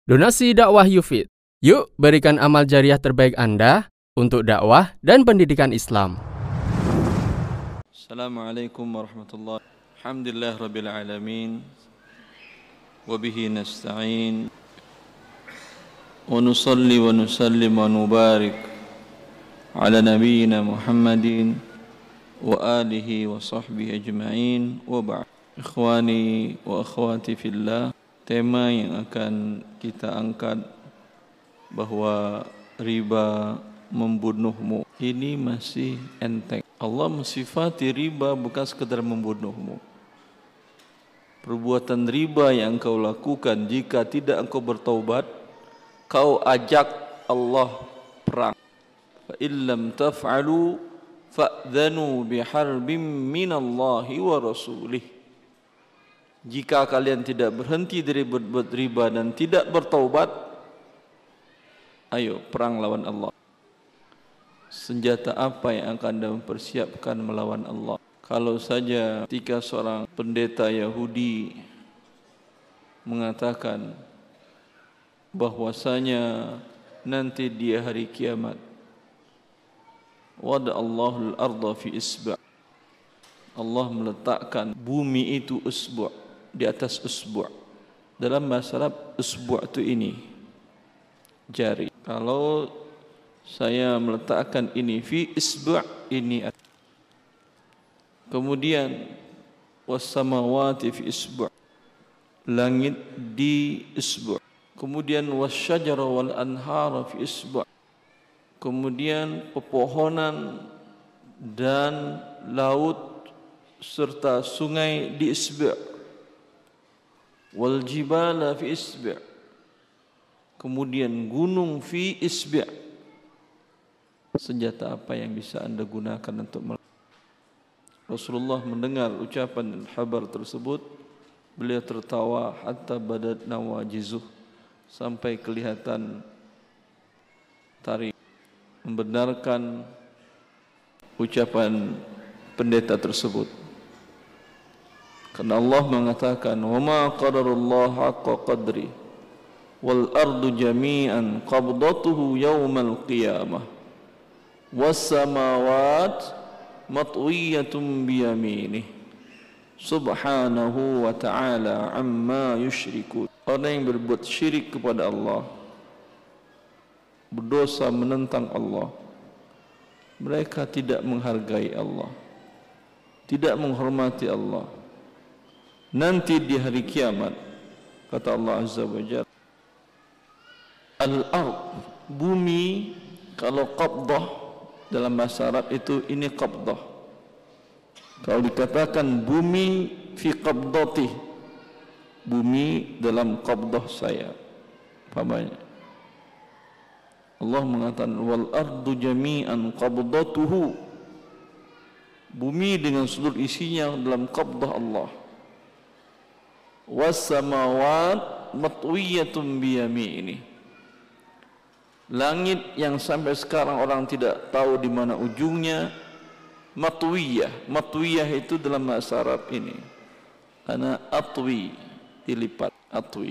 Donasi dakwah Yufid. Yuk berikan amal jariah terbaik Anda untuk dakwah dan pendidikan Islam. Assalamualaikum warahmatullahi wabarakatuh. Alhamdulillah rabbil alamin. Wabihi nasta'in. Wa nusalli wa nusallim wa nubarik ala nabiyyina Muhammadin wa alihi wa sahbihi ajma'in wa ba'd. Ikhwani wa akhwati fillah, tema yang akan kita angkat bahwa riba membunuhmu ini masih enteng. Allah mensifati riba bukan sekadar membunuhmu. Perbuatan riba yang engkau lakukan, jika tidak engkau bertaubat, kau ajak Allah perang. Fa illam taf'alu fa'dhanu biharbim minallahi wa rasulih. Jika kalian tidak berhenti dari berbuat riba dan tidak bertaubat, ayo perang lawan Allah. Senjata apa yang akan Anda mempersiapkan melawan Allah? Kalau saja ketika seorang pendeta Yahudi mengatakan bahwasanya nanti di hari kiamat, wada'allahu al-arda fi isba', Allah meletakkan bumi itu usbu' di atas usbu'. Dalam bahasa Arab usbu' itu ini jari. Kalau saya meletakkan ini fi isbu' ini, kemudian was-samawati fi isbu', langit di isbu', kemudian was-syajara wal anhara fi isbu', kemudian pepohonan dan laut serta sungai di isbu', wal jibala fi isbi', kemudian gunung fi isbi'. Senjata apa yang bisa Anda gunakan untuk Rasulullah mendengar ucapan al-habar tersebut, beliau tertawa hatta badat nawajizuh, sampai kelihatan taring, membenarkan ucapan pendeta tersebut. Karena Allah mengatakan, wa ma qadarullah haqqa qadri wal ardu jami'an qabdatuhu yawmal qiyamah was samawat matwiyatun biyaminih subhanahu wa ta'ala amma yushrikun. Orang yang berbuat syirik kepada Allah, berdosa menentang Allah, mereka tidak menghargai Allah, tidak menghormati Allah. Nanti di hari kiamat, kata Allah Azza wa Jalla, al-ard, bumi, kalau qabdah dalam bahasa Arab itu ini qabdah. Kalau dikatakan bumi fi qabdati, bumi dalam qabdah saya, pahamnya. Allah mengatakan wal ardu jami'an qabdatuhu, bumi dengan seluruh isinya dalam qabdah Allah. Was samawat matwiyatun biyamini, langit yang sampai sekarang orang tidak tahu di mana ujungnya, matwiyah. Matwiyah itu dalam bahasa Arab ini karena atwi, dilipat, atwi.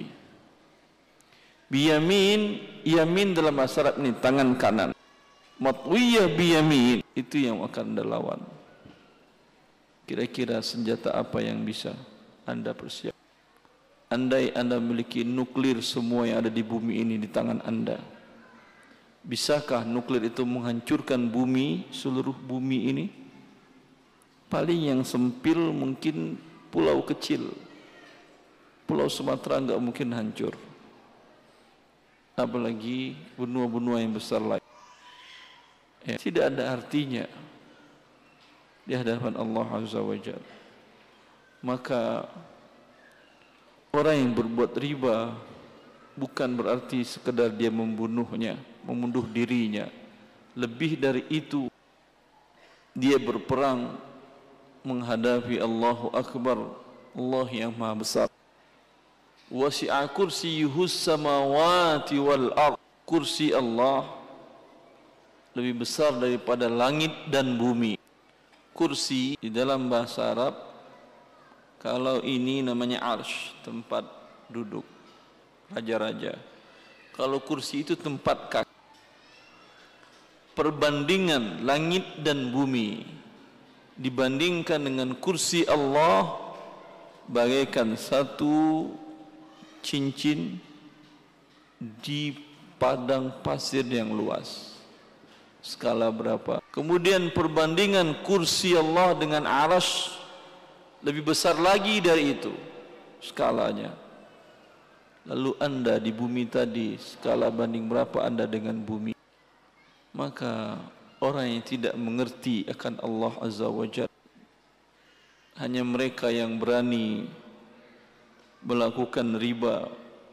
Biyamin, yamin dalam bahasa Arab ini tangan kanan. Matwiyah biyamin, itu yang akan Anda lawan. Kira-kira senjata apa yang bisa Anda persiapkan? Andai Anda memiliki nuklir semua yang ada di bumi ini di tangan Anda, bisakah nuklir itu menghancurkan bumi, seluruh bumi ini? Paling yang sempil mungkin pulau kecil, Pulau Sumatera enggak mungkin hancur, apalagi benua-benua yang besar lain. Tidak ada artinya di hadapan Allah Azza wa Jalla. Maka orang yang berbuat riba bukan berarti sekedar dia membunuhnya, membunuh dirinya. Lebih dari itu, dia berperang menghadapi Allahu Akbar, Allah yang Maha Besar. Wasi'a kursiyyuhus samawati wal ardh, kursi Allah lebih besar daripada langit dan bumi. Kursi di dalam bahasa Arab, kalau ini namanya arsh, tempat duduk raja-raja. Kalau kursi itu tempat kaki. Perbandingan langit dan bumi dibandingkan dengan kursi Allah bagaikan satu cincin di padang pasir yang luas. Skala berapa? Kemudian perbandingan kursi Allah dengan arasy lebih besar lagi dari itu skalanya. Lalu anda di bumi tadi, skala banding berapa anda dengan bumi? Maka orang yang tidak mengerti akan Allah Azza wa Jalla, hanya mereka yang berani melakukan riba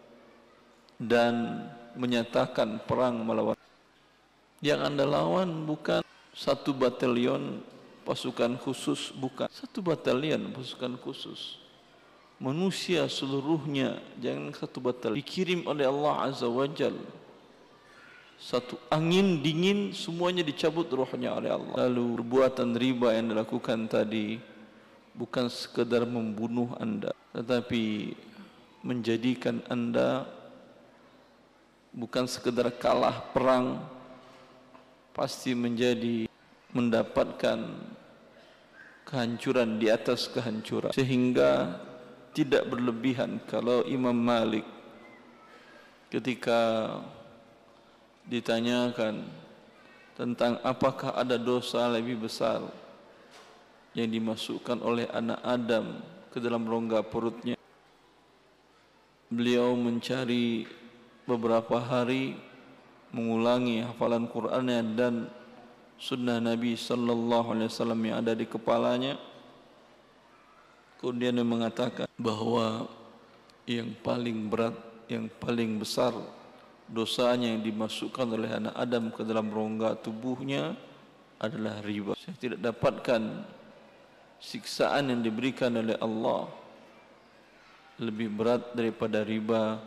dan menyatakan perang melawan. Yang anda lawan bukan satu batalion pasukan khusus, bukan satu batalion pasukan khusus. Manusia seluruhnya, jangan satu batalion, dikirim oleh Allah Azza wa Jal. Satu angin dingin, semuanya dicabut rohnya oleh Allah. Lalu perbuatan riba yang dilakukan tadi bukan sekadar membunuh anda, tetapi menjadikan anda bukan sekadar kalah perang, pasti menjadi mendapatkan kehancuran di atas kehancuran. Sehingga tidak berlebihan kalau Imam Malik ketika ditanyakan tentang apakah ada dosa lebih besar yang dimasukkan oleh anak Adam ke dalam rongga perutnya, beliau mencari beberapa hari mengulangi hafalan Qur'annya dan sunnah Nabi sallallahu alaihi wasallam yang ada di kepalanya. Kemudian dia mengatakan bahwa yang paling berat, yang paling besar dosanya yang dimasukkan oleh anak Adam ke dalam rongga tubuhnya adalah riba. Saya tidak dapatkan siksaan yang diberikan oleh Allah lebih berat daripada riba.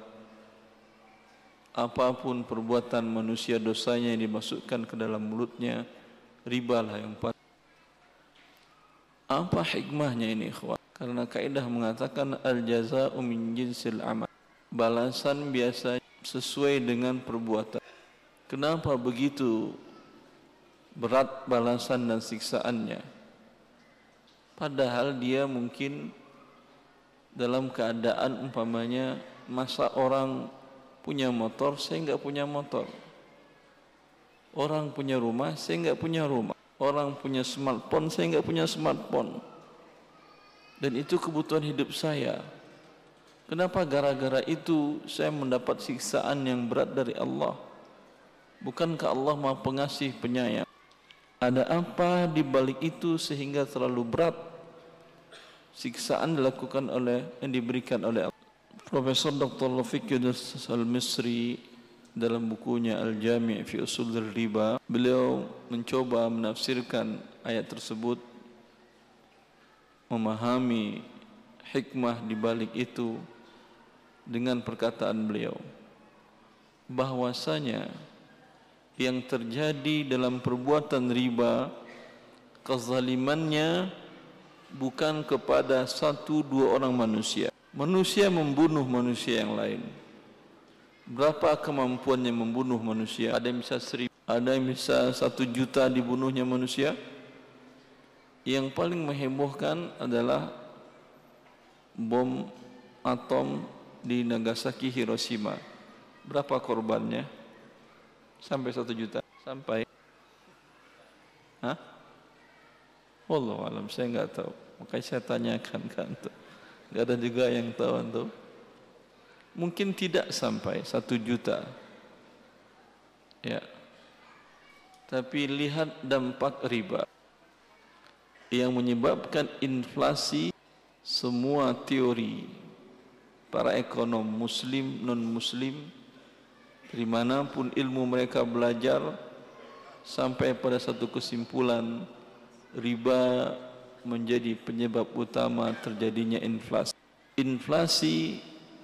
Apapun perbuatan manusia dosanya yang dimasukkan ke dalam mulutnya, ribalah yang paling. Apa hikmahnya ini, ikhwan? Karena kaidah mengatakan al-jaza'u min jinsil amal. Balasan biasa sesuai dengan perbuatan. Kenapa begitu berat balasan dan siksaannya? Padahal dia mungkin dalam keadaan umpamanya, masa orang punya motor, saya enggak punya motor. Orang punya rumah, saya enggak punya rumah. Orang punya smartphone, saya enggak punya smartphone. Dan itu kebutuhan hidup saya. Kenapa gara-gara itu saya mendapat siksaan yang berat dari Allah? Bukankah Allah Maha Pengasih Penyayang? Ada apa di balik itu sehingga terlalu berat siksaan dilakukan oleh yang diberikan oleh Allah? Profesor Dr. Laufik Yunus Al-Misri dalam bukunya Al-Jami' fi Ushul Riba, beliau mencoba menafsirkan ayat tersebut, memahami hikmah di balik itu dengan perkataan beliau bahwasanya yang terjadi dalam perbuatan riba, kezalimannya bukan kepada satu dua orang manusia. Manusia membunuh manusia yang lain. Berapa kemampuannya membunuh manusia? Ada yang bisa 1000, ada yang bisa 1 juta dibunuhnya manusia. Yang paling menghebohkan adalah bom atom di Nagasaki, Hiroshima. Berapa korbannya? Sampai 1 juta? Sampai? Hah? Wallahu alam, saya enggak tahu. Makanya saya tanyakan kan tuh. Enggak ada juga yang tahu tuh. Mungkin tidak sampai 1 juta. Ya. Tapi lihat dampak riba yang menyebabkan inflasi. Semua teori para ekonom muslim, non muslim, dari manapun ilmu mereka belajar, sampai pada satu kesimpulan, riba menjadi penyebab utama terjadinya inflasi. Inflasi,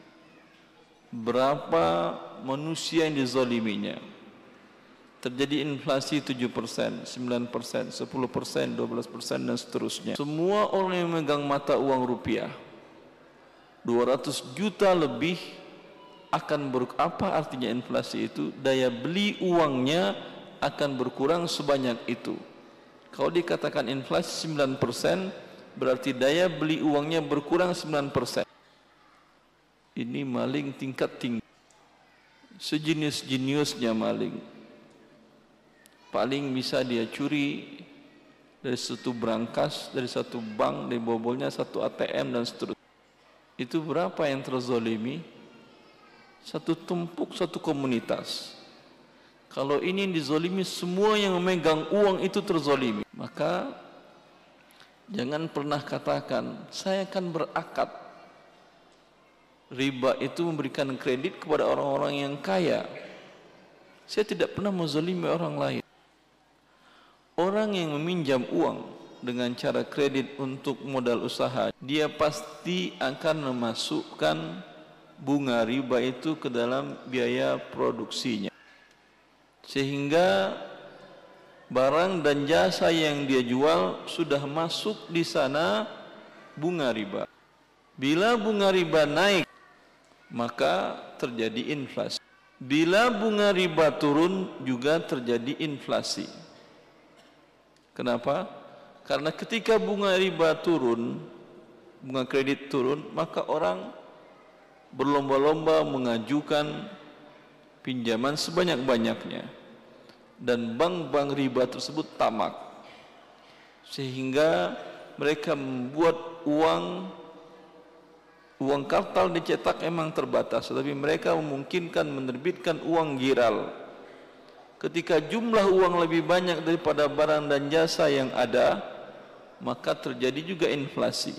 berapa manusia yang dizaliminya. Terjadi inflasi 7%, 9%, 10%, 12% dan seterusnya. Semua orang yang memegang mata uang rupiah 200 juta lebih apa artinya inflasi itu? Daya beli uangnya akan berkurang sebanyak itu. Kalau dikatakan inflasi 9%, berarti daya beli uangnya berkurang 9%. Ini maling tingkat tinggi, sejenis-jeniusnya maling. Paling bisa dia curi dari satu brankas, dari satu bank, dari bobolnya satu ATM dan seterusnya. Itu berapa yang terzolimi? Satu tumpuk, satu komunitas. Kalau ini dizolimi, semua yang memegang uang itu terzolimi. Maka jangan pernah katakan saya akan berakad. Riba itu memberikan kredit kepada orang-orang yang kaya. Saya tidak pernah menzalimi orang lain. Orang yang meminjam uang dengan cara kredit untuk modal usaha, dia pasti akan memasukkan bunga riba itu ke dalam biaya produksinya, sehingga barang dan jasa yang dia jual sudah masuk di sana bunga riba. Bila bunga riba naik, maka terjadi inflasi. Bila bunga riba turun, juga terjadi inflasi. Kenapa? Karena ketika bunga riba turun, bunga kredit turun, maka orang berlomba-lomba mengajukan pinjaman sebanyak-banyaknya, dan bank-bank riba tersebut tamak, sehingga mereka membuat uang kartal dicetak emang terbatas, tetapi mereka memungkinkan menerbitkan uang giral. Ketika jumlah uang lebih banyak daripada barang dan jasa yang ada, maka terjadi juga inflasi.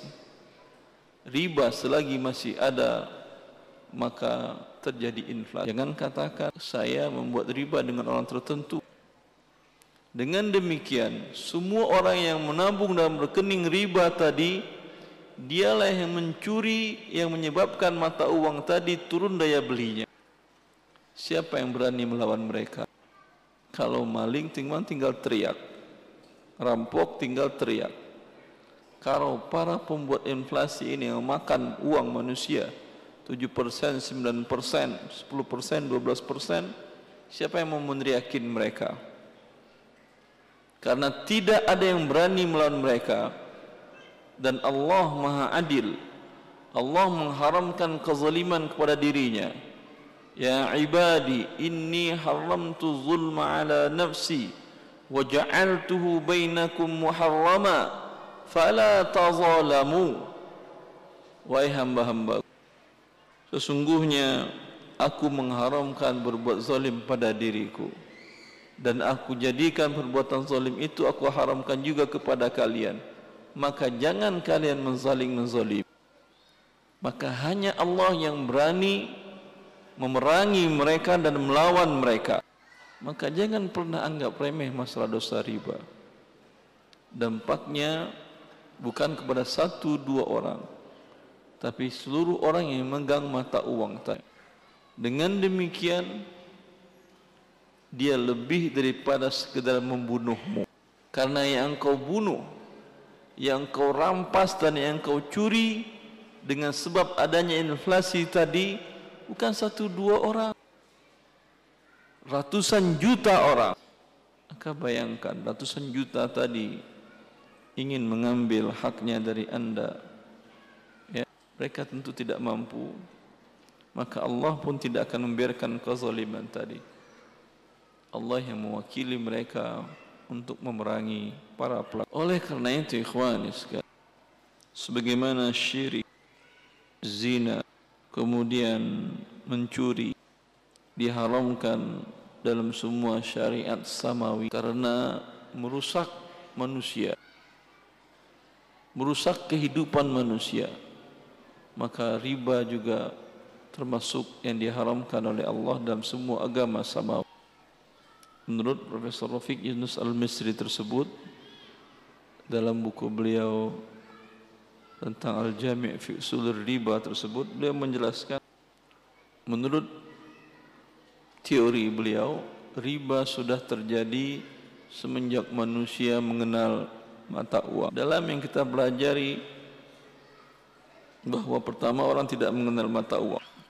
Riba selagi masih ada, maka terjadi inflasi. Jangan katakan saya membuat riba dengan orang tertentu. Dengan demikian, semua orang yang menabung dalam rekening riba tadi, dialah yang mencuri, yang menyebabkan mata uang tadi turun daya belinya. Siapa yang berani melawan mereka? Kalau maling tinggal teriak, rampok tinggal teriak. Kalau para pembuat inflasi ini yang makan uang manusia 7%, 9%, 10%, 12%, siapa yang mau meneriakin mereka? Karena tidak ada yang berani melawan mereka. Dan Allah Maha Adil. Allah mengharamkan kezaliman kepada dirinya. Ya ibadi, inni haramtu zulma ala nafsi wa ja'altuhu bainakum muharrama fala tazalamu. Wahai hamba-hamba, sesungguhnya aku mengharamkan berbuat zalim pada diriku, dan aku jadikan perbuatan zalim itu aku haramkan juga kepada kalian. Maka jangan kalian menzalim. Maka hanya Allah yang berani memerangi mereka dan melawan mereka. Maka jangan pernah anggap remeh masalah dosa riba. Dampaknya bukan kepada satu dua orang, tapi seluruh orang yang memegang mata uang tadi. Dengan demikian, dia lebih daripada sekedar membunuhmu. Karena yang kau bunuh, yang kau rampas dan yang kau curi dengan sebab adanya inflasi tadi bukan satu dua orang, ratusan juta orang. Maka bayangkan, ratusan juta tadi ingin mengambil haknya dari anda, ya, mereka tentu tidak mampu. Maka Allah pun tidak akan membiarkan kezaliman tadi. Allah yang mewakili mereka untuk memerangi para pelaku. Oleh karena itu ikhwanis, sebagaimana syirik, zina, kemudian mencuri diharamkan dalam semua syariat samawi karena merusak manusia, merusak kehidupan manusia. Maka riba juga termasuk yang diharamkan oleh Allah dalam semua agama samawi. Menurut Profesor Rafiq Yunus Al-Misri tersebut, dalam buku beliau tentang Al-Jami' fi Usulir Riba tersebut, beliau menjelaskan, menurut teori beliau, riba sudah terjadi semenjak manusia mengenal mata uang. Dalam yang kita pelajari, bahwa pertama orang tidak mengenal mata uang.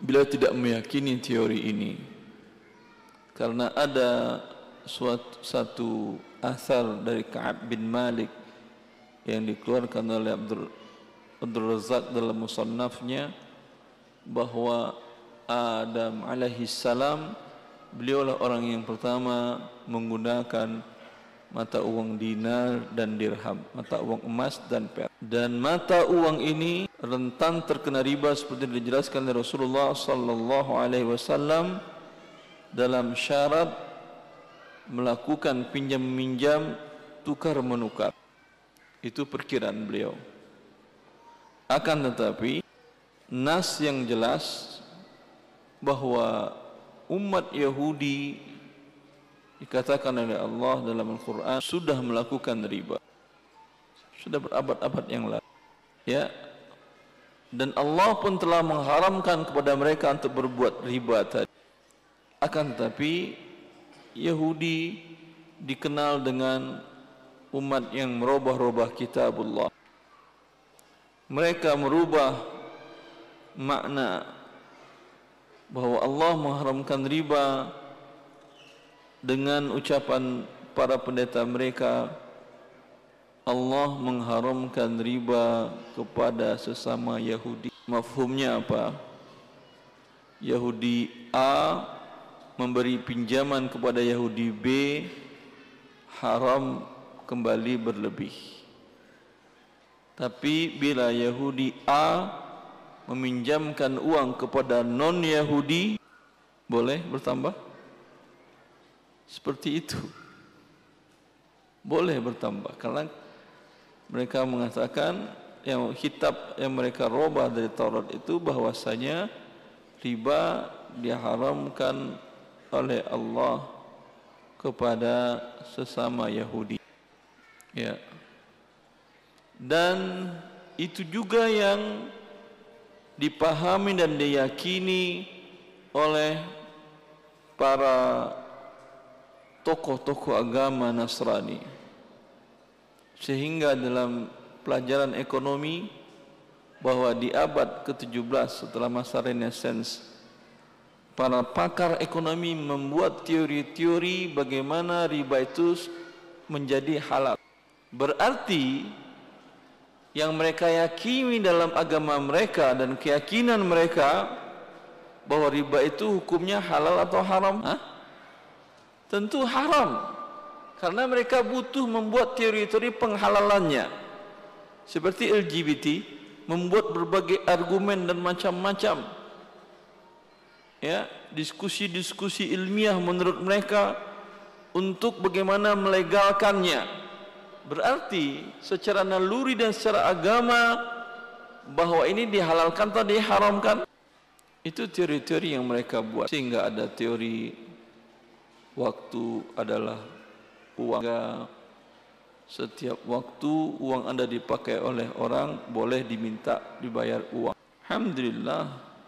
beliau tidak meyakini teori ini karena ada satu asar dari Ka'ab bin Malik yang dikeluarkan oleh Abdul Razak dalam musannafnya bahwa Adam alaihi salam beliaulah orang yang pertama menggunakan mata uang dinar dan dirham, mata uang emas dan perak. Dan mata uang ini rentan terkena riba seperti dijelaskan oleh Rasulullah sallallahu alaihi wasallam dalam syarat melakukan pinjam minjam tukar menukar. Itu perkiraan beliau. Akan tetapi nas yang jelas bahwa umat Yahudi dikatakan oleh Allah dalam Al-Quran sudah melakukan riba, sudah berabad-abad yang lalu, ya. Dan Allah pun telah mengharamkan kepada mereka untuk berbuat riba tadi. Akan tetapi Yahudi dikenal dengan umat yang merubah-rubah kitabullah. Mereka merubah makna bahwa Allah mengharamkan riba dengan ucapan para pendeta mereka, Allah mengharamkan riba kepada sesama Yahudi. Mafhumnya apa? Yahudi A memberi pinjaman kepada Yahudi B, haram kembali berlebih. Tapi bila Yahudi A meminjamkan uang kepada non-Yahudi, boleh bertambah? Seperti itu, boleh bertambah karena mereka mengatakan yang kitab yang mereka robah dari Taurat itu bahwasanya riba diharamkan oleh Allah kepada sesama Yahudi, ya. Dan itu juga yang dipahami dan diyakini oleh para tokoh-tokoh agama Nasrani, sehingga dalam pelajaran ekonomi bahwa di abad ke-17 setelah masa Renaissance, para pakar ekonomi membuat teori-teori bagaimana riba itu menjadi halal. Berarti yang mereka yakini dalam agama mereka dan keyakinan mereka bahwa riba itu hukumnya halal atau haram? Tentu haram, karena mereka butuh membuat teori-teori penghalalannya. Seperti LGBT membuat berbagai argumen dan macam-macam, ya, diskusi-diskusi ilmiah menurut mereka untuk bagaimana melegalkannya. Berarti secara naluri dan secara agama bahwa ini dihalalkan atau diharamkan, itu teori-teori yang mereka buat. Sehingga ada teori waktu adalah uang. Setiap waktu uang Anda dipakai oleh orang boleh diminta dibayar uang. Alhamdulillah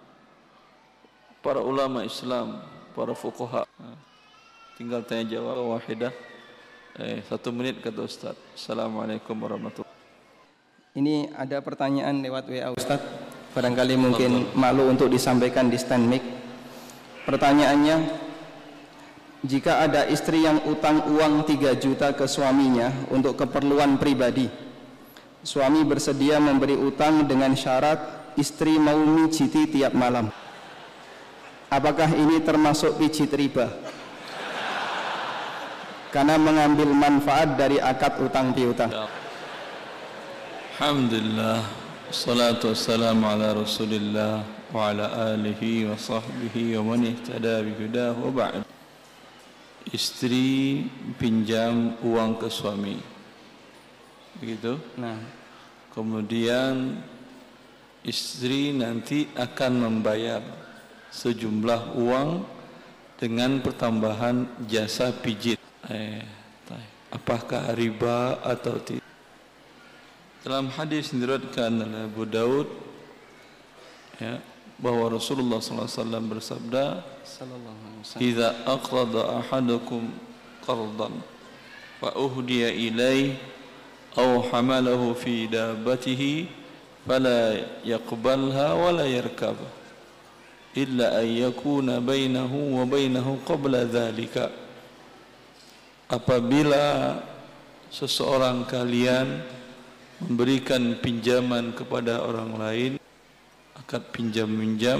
para ulama Islam, para fuqaha, tinggal tanya jawab wahidah. 1 menit kata Ustaz. Assalamualaikum warahmatullahi wabarakatuh. Ini ada pertanyaan lewat WA Ustaz, barangkali mungkin malu untuk disampaikan di stand mic. Pertanyaannya, jika ada istri yang utang uang 3 juta ke suaminya untuk keperluan pribadi, suami bersedia memberi utang dengan syarat istri mau mijiti tiap malam, apakah ini termasuk pijit riba? Karena mengambil manfaat dari akad utang piutang. Alhamdulillah, salatu wassalamu ala Rasulillah wa ala alihi wa sahbihi wa man ihtada bi hudahu wa ba'd. Istri pinjam uang ke suami, begitu. Nah, kemudian istri nanti akan membayar sejumlah uang dengan pertambahan jasa pijit. Apakah riba atau tidak? Dalam hadis diriwayatkan oleh Abu Daud, ya, bahwa Rasulullah SAW bersabda, "Idza aqrada ahadukum qardan fa uhdiya ilaihi aw hamalahu fi dabbatihi fala yaqbalha wa la yarkabha." illa an yakuna bainahu wa bainahu qabla dzalika. Apabila seseorang kalian memberikan pinjaman kepada orang lain, akad pinjam-minjam,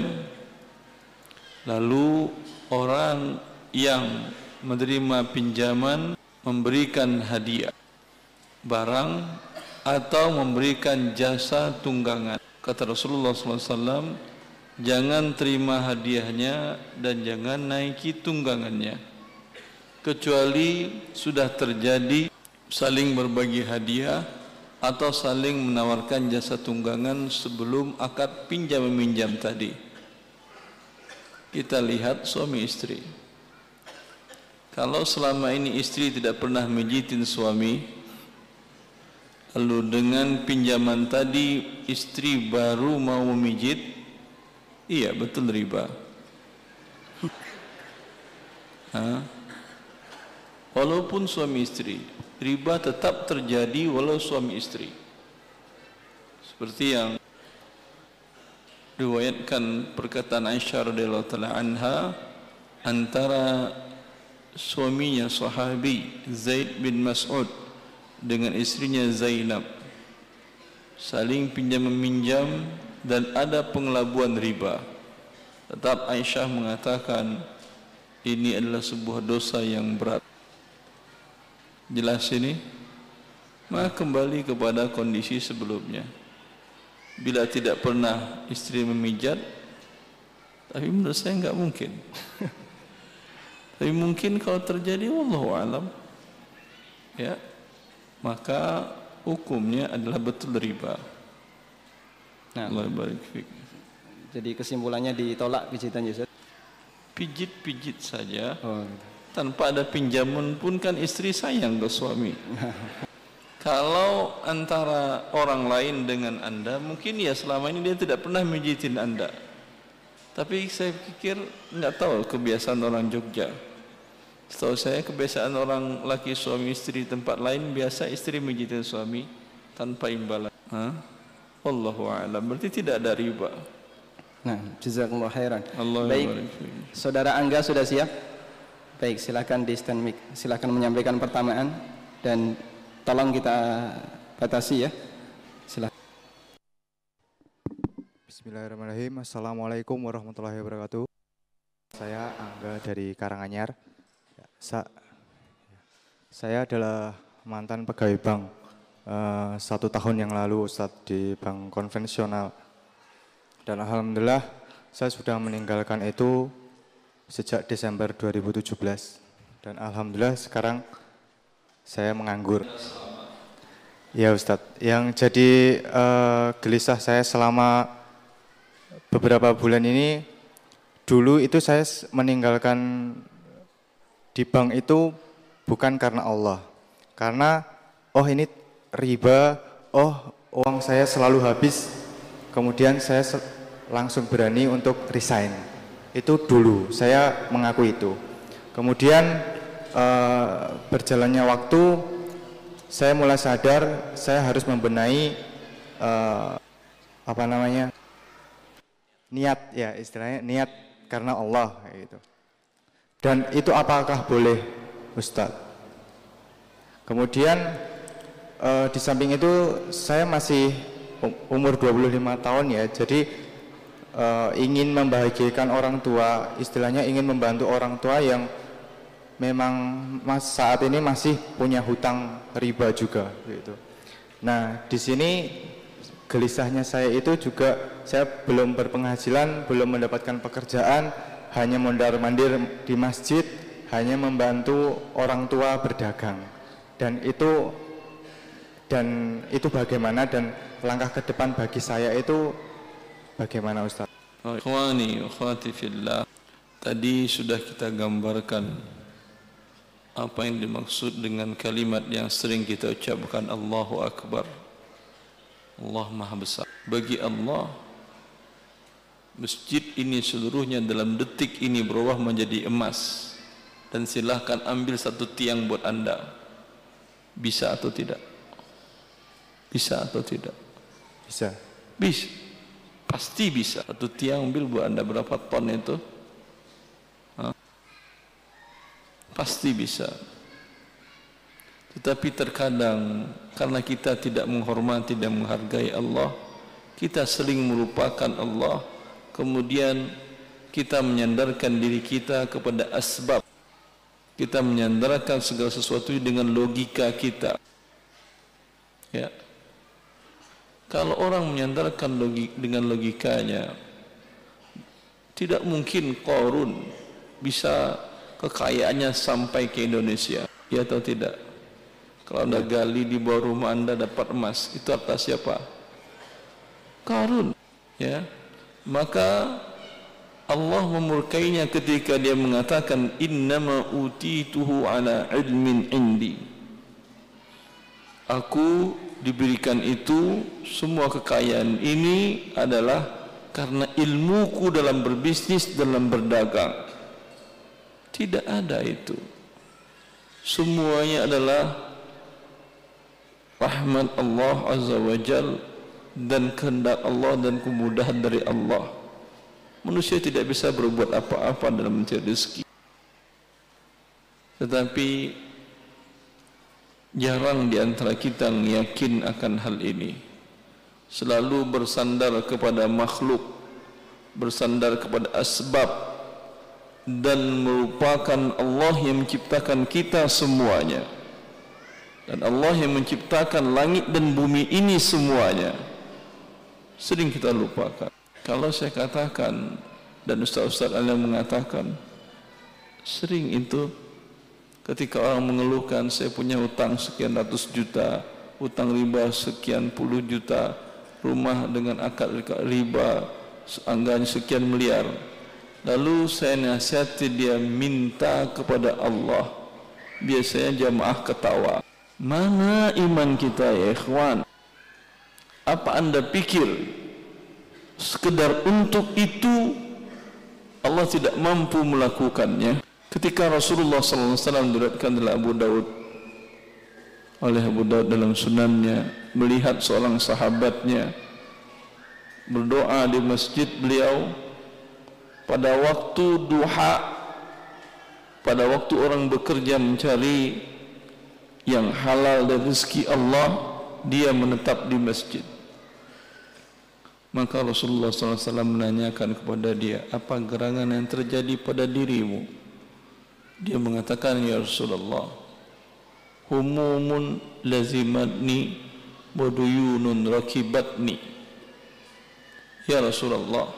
lalu orang yang menerima pinjaman memberikan hadiah barang atau memberikan jasa tunggangan. Kata Rasulullah SAW, jangan terima hadiahnya dan jangan naiki tunggangannya, kecuali sudah terjadi saling berbagi hadiah atau saling menawarkan jasa tunggangan sebelum akad pinjam-meminjam tadi. Kita lihat suami istri. Kalau selama ini istri tidak pernah mijitin suami, lalu dengan pinjaman tadi istri baru mau memijit, iya betul riba. Walaupun suami istri, riba tetap terjadi walau suami istri. Seperti yang riwayatkan perkataan Aisyah radhiyallahu taala anha, antara suaminya sahabi Zaid bin Mas'ud dengan istrinya Zainab saling pinjam meminjam dan ada pengelabuan riba. Tetap Aisyah mengatakan ini adalah sebuah dosa yang berat. Jelas ini? Maka kembali kepada kondisi sebelumnya. Bila tidak pernah istri memijat, tapi menurut saya enggak mungkin. Tapi mungkin kalau terjadi, wallahu alam, ya, maka hukumnya adalah betul riba. Nah, Allah barik fik. jadi kesimpulannya ditolak pijitan Ustaz. Pijit-pijit saja. Oh, gitu. Tanpa ada pinjaman pun kan istri sayang ke suami. Kalau antara orang lain dengan Anda, mungkin ya selama ini dia tidak pernah mijitin Anda. Tapi saya pikir nggak tahu kebiasaan orang Jogja. Setahu saya kebiasaan orang laki suami istri tempat lain biasa istri mijitin suami tanpa imbalan. Wallahu a'lam. Berarti tidak ada riba. Nah, jazakumullah khairan. Allah Baik, barik. Saudara Angga sudah siap? Baik, silakan di stand mic. Silakan menyampaikan pertanyaan dan tolong kita batasi ya. Silakan. Bismillahirrahmanirrahim. Assalamualaikum warahmatullahi wabarakatuh. Saya Angga dari Karanganyar. Saya adalah mantan pegawai bank 1 tahun yang lalu, Ustadz, di bank konvensional. Dan alhamdulillah saya sudah meninggalkan itu sejak Desember 2017. Dan alhamdulillah sekarang saya menganggur. Ya Ustadz, yang jadi gelisah saya selama beberapa bulan ini, dulu itu saya meninggalkan di bank itu bukan karena Allah. Karena ini riba, uang saya selalu habis, kemudian saya langsung berani untuk resign. Itu dulu, saya mengaku itu. Kemudian berjalannya waktu, saya mulai sadar saya harus membenahi niat, ya istilahnya niat karena Allah gitu. Dan itu apakah boleh, Ustadz? Kemudian di samping itu saya masih umur 25 tahun ya, jadi ingin membahagiakan orang tua, istilahnya ingin membantu orang tua yang memang saat ini masih punya hutang riba juga gitu. Nah, di sini gelisahnya saya itu juga saya belum berpenghasilan, belum mendapatkan pekerjaan, hanya mondar-mandir di masjid, hanya membantu orang tua berdagang. Dan itu bagaimana, dan langkah ke depan bagi saya itu bagaimana, Ustaz? Ikhwani wa akhwati fillah, tadi sudah kita gambarkan apa yang dimaksud dengan kalimat yang sering kita ucapkan, Allahu Akbar. Allah Maha Besar. Bagi Allah, masjid ini seluruhnya dalam detik ini berubah menjadi emas. Dan silahkan ambil satu tiang buat Anda. Bisa atau tidak? Bisa atau tidak? Bisa. Bisa. Pasti bisa. Satu tiang mobil buat Anda berapa ton itu? Pasti bisa. Tetapi terkadang karena kita tidak menghormati dan menghargai Allah, kita sering melupakan Allah, kemudian kita menyandarkan diri kita kepada asbab. Kita menyandarkan segala sesuatu dengan logika kita. Ya. Kalau orang menyandarkan dengan logikanya, tidak mungkin Qarun bisa kekayaannya sampai ke Indonesia, ya atau tidak? Kalau Anda gali di bawah rumah Anda dapat emas, itu harta siapa? Qarun. Ya. Maka Allah memurkainya ketika dia mengatakan innama utituhu ala ilmin indi. Aku diberikan itu, semua kekayaan ini adalah karena ilmuku dalam berbisnis, dalam berdagang. Tidak ada itu. Semuanya adalah rahmat Allah Azza wa Jal dan kehendak Allah dan kemudahan dari Allah. Manusia tidak bisa berbuat apa-apa dalam mencari rezeki. Tetapi jarang di antara kita yang yakin akan hal ini. Selalu bersandar kepada makhluk, bersandar kepada asbab, dan merupakan Allah yang menciptakan kita semuanya. Dan Allah yang menciptakan langit dan bumi ini semuanya. Sering kita lupakan. Kalau saya katakan, dan ustaz-ustaz yang mengatakan, sering itu ketika orang mengeluhkan saya punya hutang sekian ratus juta, hutang riba sekian puluh juta, rumah dengan akad riba anggaran sekian miliar, lalu saya nasihati dia minta kepada Allah, biasanya jamaah ketawa. Mana iman kita ya ikhwan? Apa Anda pikir sekedar untuk itu Allah tidak mampu melakukannya? Ketika Rasulullah SAW diriwayatkan oleh Abu Daud dalam sunannya, melihat seorang sahabatnya berdoa di masjid beliau pada waktu duha, pada waktu orang bekerja mencari yang halal dari rezeki Allah, dia menetap di masjid. Maka Rasulullah SAW menanyakan kepada dia, apa gerangan yang terjadi pada dirimu? Dia mengatakan, ya Rasulullah, humumun lazimatni wa duyunun rakibatni. Ya Rasulullah,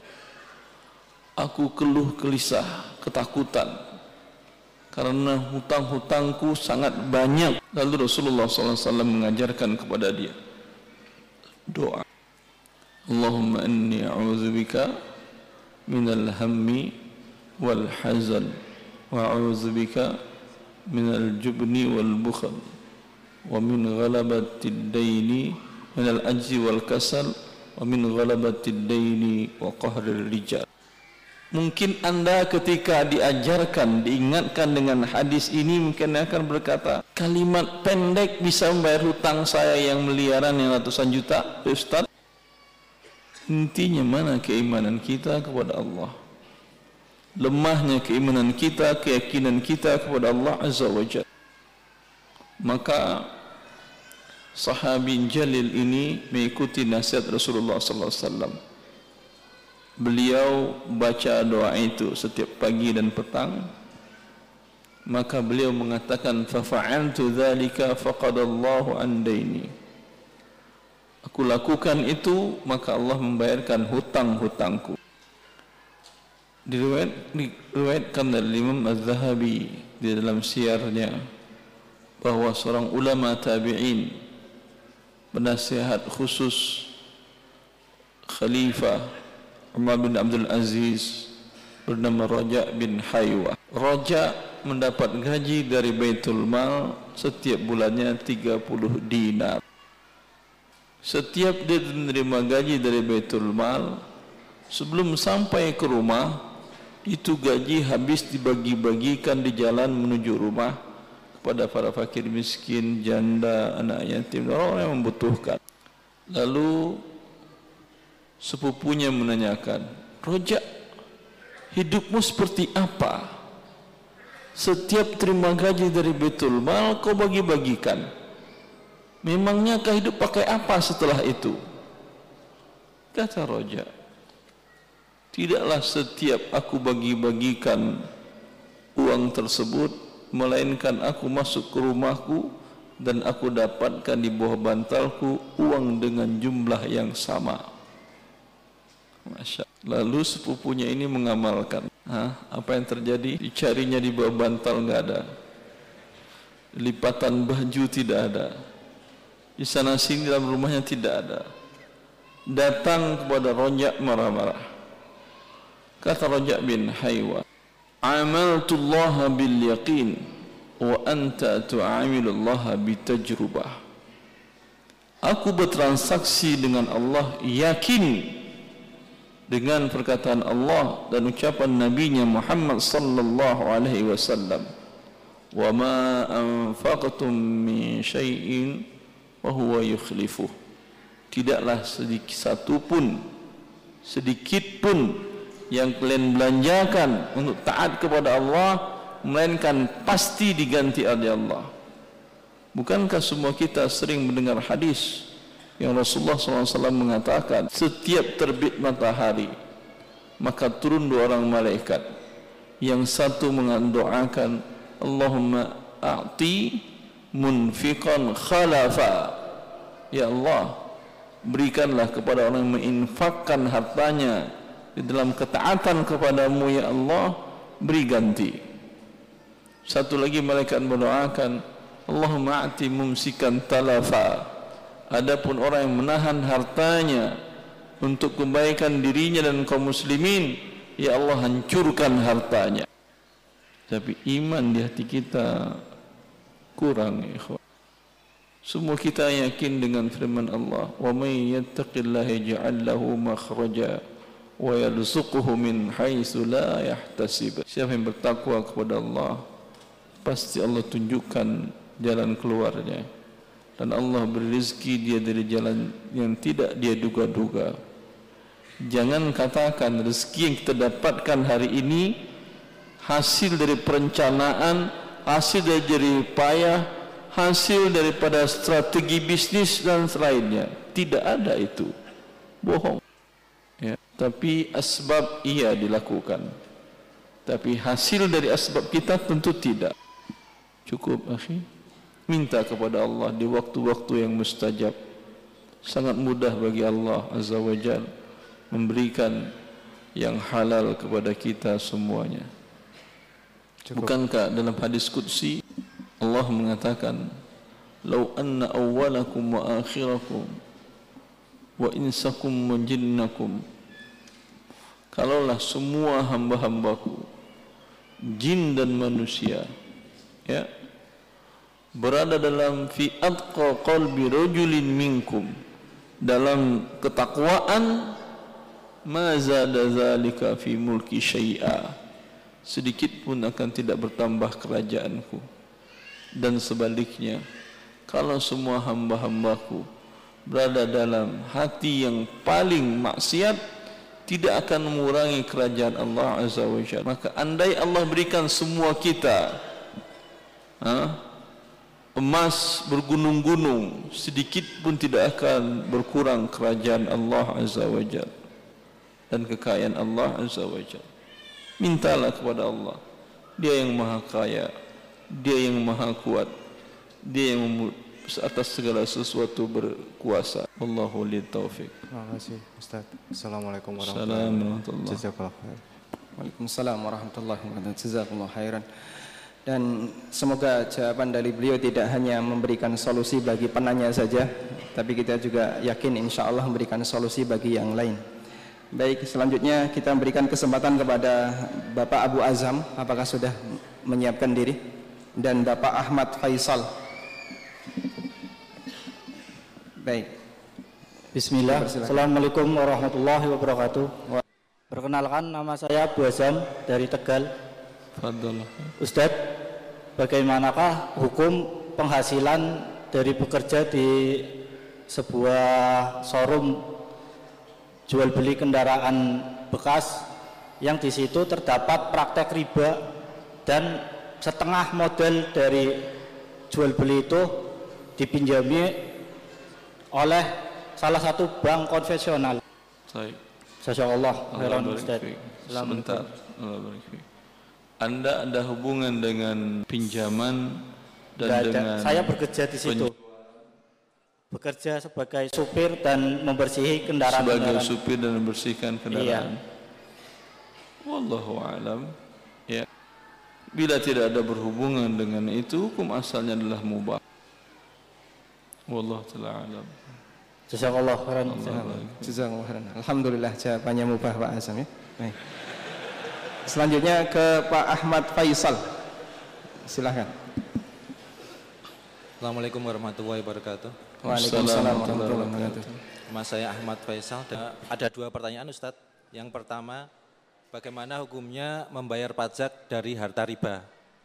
aku keluh gelisah, ketakutan karena hutang-hutangku sangat banyak. Lalu Rasulullah SAW mengajarkan kepada dia doa, Allahumma inni a'udzubika minal hammi wal hazan wa a'udzubika minal jubni wal bukhl wa min ghalabatid daini minal ajzi wal kasal wa min ghalabatid daini wa qahrir rijal. Mungkin Anda ketika diajarkan, diingatkan dengan hadis ini, mungkin akan berkata, kalimat pendek bisa membayar hutang saya yang miliaran, yang ratusan juta, Ustaz. Intinya mana keimanan kita kepada Allah? Lemahnya keimanan kita, keyakinan kita kepada Allah Azza wa Jalla. Maka sahabi jalil ini mengikuti nasihat Rasulullah sallallahu alaihi wasallam. Beliau baca doa itu setiap pagi dan petang. Maka beliau mengatakan, fa fa'altu dzalika faqadallahu an daini. Aku lakukan itu, maka Allah membayarkan hutang-hutangku. Diriwayatkan dari Imam Az-Zahabi di dalam syiarnya bahwa seorang ulama tabi'in, penasihat khusus Khalifah Umar bin Abdul Aziz, bernama Raja bin Haywah. Raja mendapat gaji dari Baitul Mal setiap bulannya 30 dinar. Setiap dia menerima gaji dari Baitul Mal, sebelum sampai ke rumah, itu gaji habis dibagi-bagikan di jalan menuju rumah kepada para fakir miskin, janda, anak yatim, orang yang membutuhkan. Lalu Sepupunya menanyakan, "Rojak, hidupmu seperti apa? Setiap terima gaji dari Baitul Mal kau bagi-bagikan. Memangnya kau hidup pakai apa setelah itu?" Kata Rojak, "Tidaklah setiap aku bagi-bagikan uang tersebut, melainkan aku masuk ke rumahku dan aku dapatkan di bawah bantalku uang dengan jumlah yang sama." Masya Allah. Lalu sepupunya ini mengamalkan. Apa yang terjadi? Dicarinya di bawah bantal, nggak ada. Lipatan baju tidak ada. Di sana sini dalam rumahnya tidak ada. Datang kepada Rojak marah-marah. Kata Rojak bin Haywa, "Amaltullaha bil yaqin wa anta tu'amilullaha bitajrubah." Aku bertransaksi dengan Allah yakin dengan perkataan Allah dan ucapan Nabi-Nya Muhammad sallallahu alaihi wasallam, "Wa ma anfaqtum min syai'in wa huwa yukhlifuh." Tidaklah sedikit pun yang kalian belanjakan untuk taat kepada Allah, melainkan pasti diganti oleh Allah. Bukankah semua kita sering mendengar hadis yang Rasulullah SAW mengatakan, setiap terbit matahari maka turun dua orang malaikat. Yang satu mendoakan, "Allahumma a'ti munfiqan khalafa." Ya Allah, berikanlah kepada orang yang menginfakkan hartanya di dalam ketaatan kepadamu, ya Allah, beri ganti. Satu lagi malaikat mendoakan, "Allahumma a'ti mumsikan talafa." Adapun orang yang menahan hartanya untuk kebaikan dirinya dan kaum muslimin, ya Allah, hancurkan hartanya. Tapi iman di hati kita kurang, ikhwan. Semua kita yakin dengan firman Allah, "Wa may yattaqillaha yaj'al lahu makhraja wa yarzuquhu min haitsu la yahtasib." Siapa yang bertakwa kepada Allah, pasti Allah tunjukkan jalan keluarnya. Dan Allah beri rezeki dia dari jalan yang tidak dia duga-duga. Jangan katakan rezeki yang kita dapatkan hari ini hasil dari perencanaan, hasil dari jerih payah, hasil daripada strategi bisnis dan selainnya. Tidak ada itu. Bohong. Ya. Tapi asbab iya dilakukan. Tapi hasil dari asbab kita tentu tidak. Cukup, akhi. Minta kepada Allah di waktu-waktu yang mustajab. Sangat mudah bagi Allah Azza wa Jalla memberikan yang halal kepada kita semuanya. Bukankah dalam hadis qudsi Allah mengatakan, "Lau anna awwalakum wa akhirakum wa insakum wa jinnakum." Kalaulah semua hamba-hambaku, jin dan manusia, ya, berada dalam fi atqa qalbi rajulin minkum, dalam ketakwaan, ma zada zalika fi mulki syai'a, sedikit pun akan tidak bertambah kerajaanku. Dan sebaliknya, kalau semua hamba-hambaku berada dalam hati yang paling maksiat, tidak akan mengurangi kerajaan Allah Azza wa Jalla. Maka andai Allah berikan semua kita emas bergunung-gunung, sedikit pun tidak akan berkurang kerajaan Allah Azza wa Jalla dan kekayaan Allah Azza wa Jalla. Mintalah kepada Allah. Dia yang maha kaya, Dia yang maha kuat, Dia yang atas segala sesuatu berkuasa. Wallahu li taufiq. Terima kasih Ustaz. Assalamualaikum warahmatullahi wabarakatuh. Jazakallahu khairan. Waalaikumsalam warahmatullahi wabarakatuh. Jazakallahu khairan. Dan semoga jawaban dari beliau tidak hanya memberikan solusi bagi penanya saja, tapi kita juga yakin insya Allah memberikan solusi bagi yang lain. Baik, selanjutnya kita memberikan kesempatan kepada Bapak Abu Azam, apakah sudah menyiapkan diri, dan Bapak Ahmad Faisal. Baik. Bismillah. Assalamualaikum warahmatullahi wabarakatuh. Perkenalkan, nama saya Abu Azam dari Tegal. Fadhal. Ustadz, bagaimanakah hukum penghasilan dari bekerja di sebuah showroom jual beli kendaraan bekas yang di situ terdapat praktek riba dan setengah model dari jual beli itu dipinjami oleh salah satu bank konvensional. Baik. Jazakallah khairan Allah Ustaz. barik fiik. Sebentar. Allah barik fiik. Anda ada hubungan dengan pinjaman dan Nggak ada. dengan Saya bekerja di situ. Bekerja sebagai supir dan membersihi kendaraan. sebagai supir dan membersihkan kendaraan. Iya. Wallahu alam. Ya. Bila tidak ada berhubungan dengan itu, hukum asalnya adalah mubah. Wallahu taala alam. Jazakallah khairan. Jazakallahu khairan. Alhamdulillah jawabannya mubah Pak Azam ya. Baik. Selanjutnya ke Pak Ahmad Faisal. Silakan. Assalamualaikum warahmatullahi wabarakatuh. Waalaikumsalam warahmatullahi wabarakatuh. Mas saya Ahmad Faisal. Ada 2 pertanyaan Ustadz. Yang pertama, bagaimana hukumnya membayar pajak dari harta riba?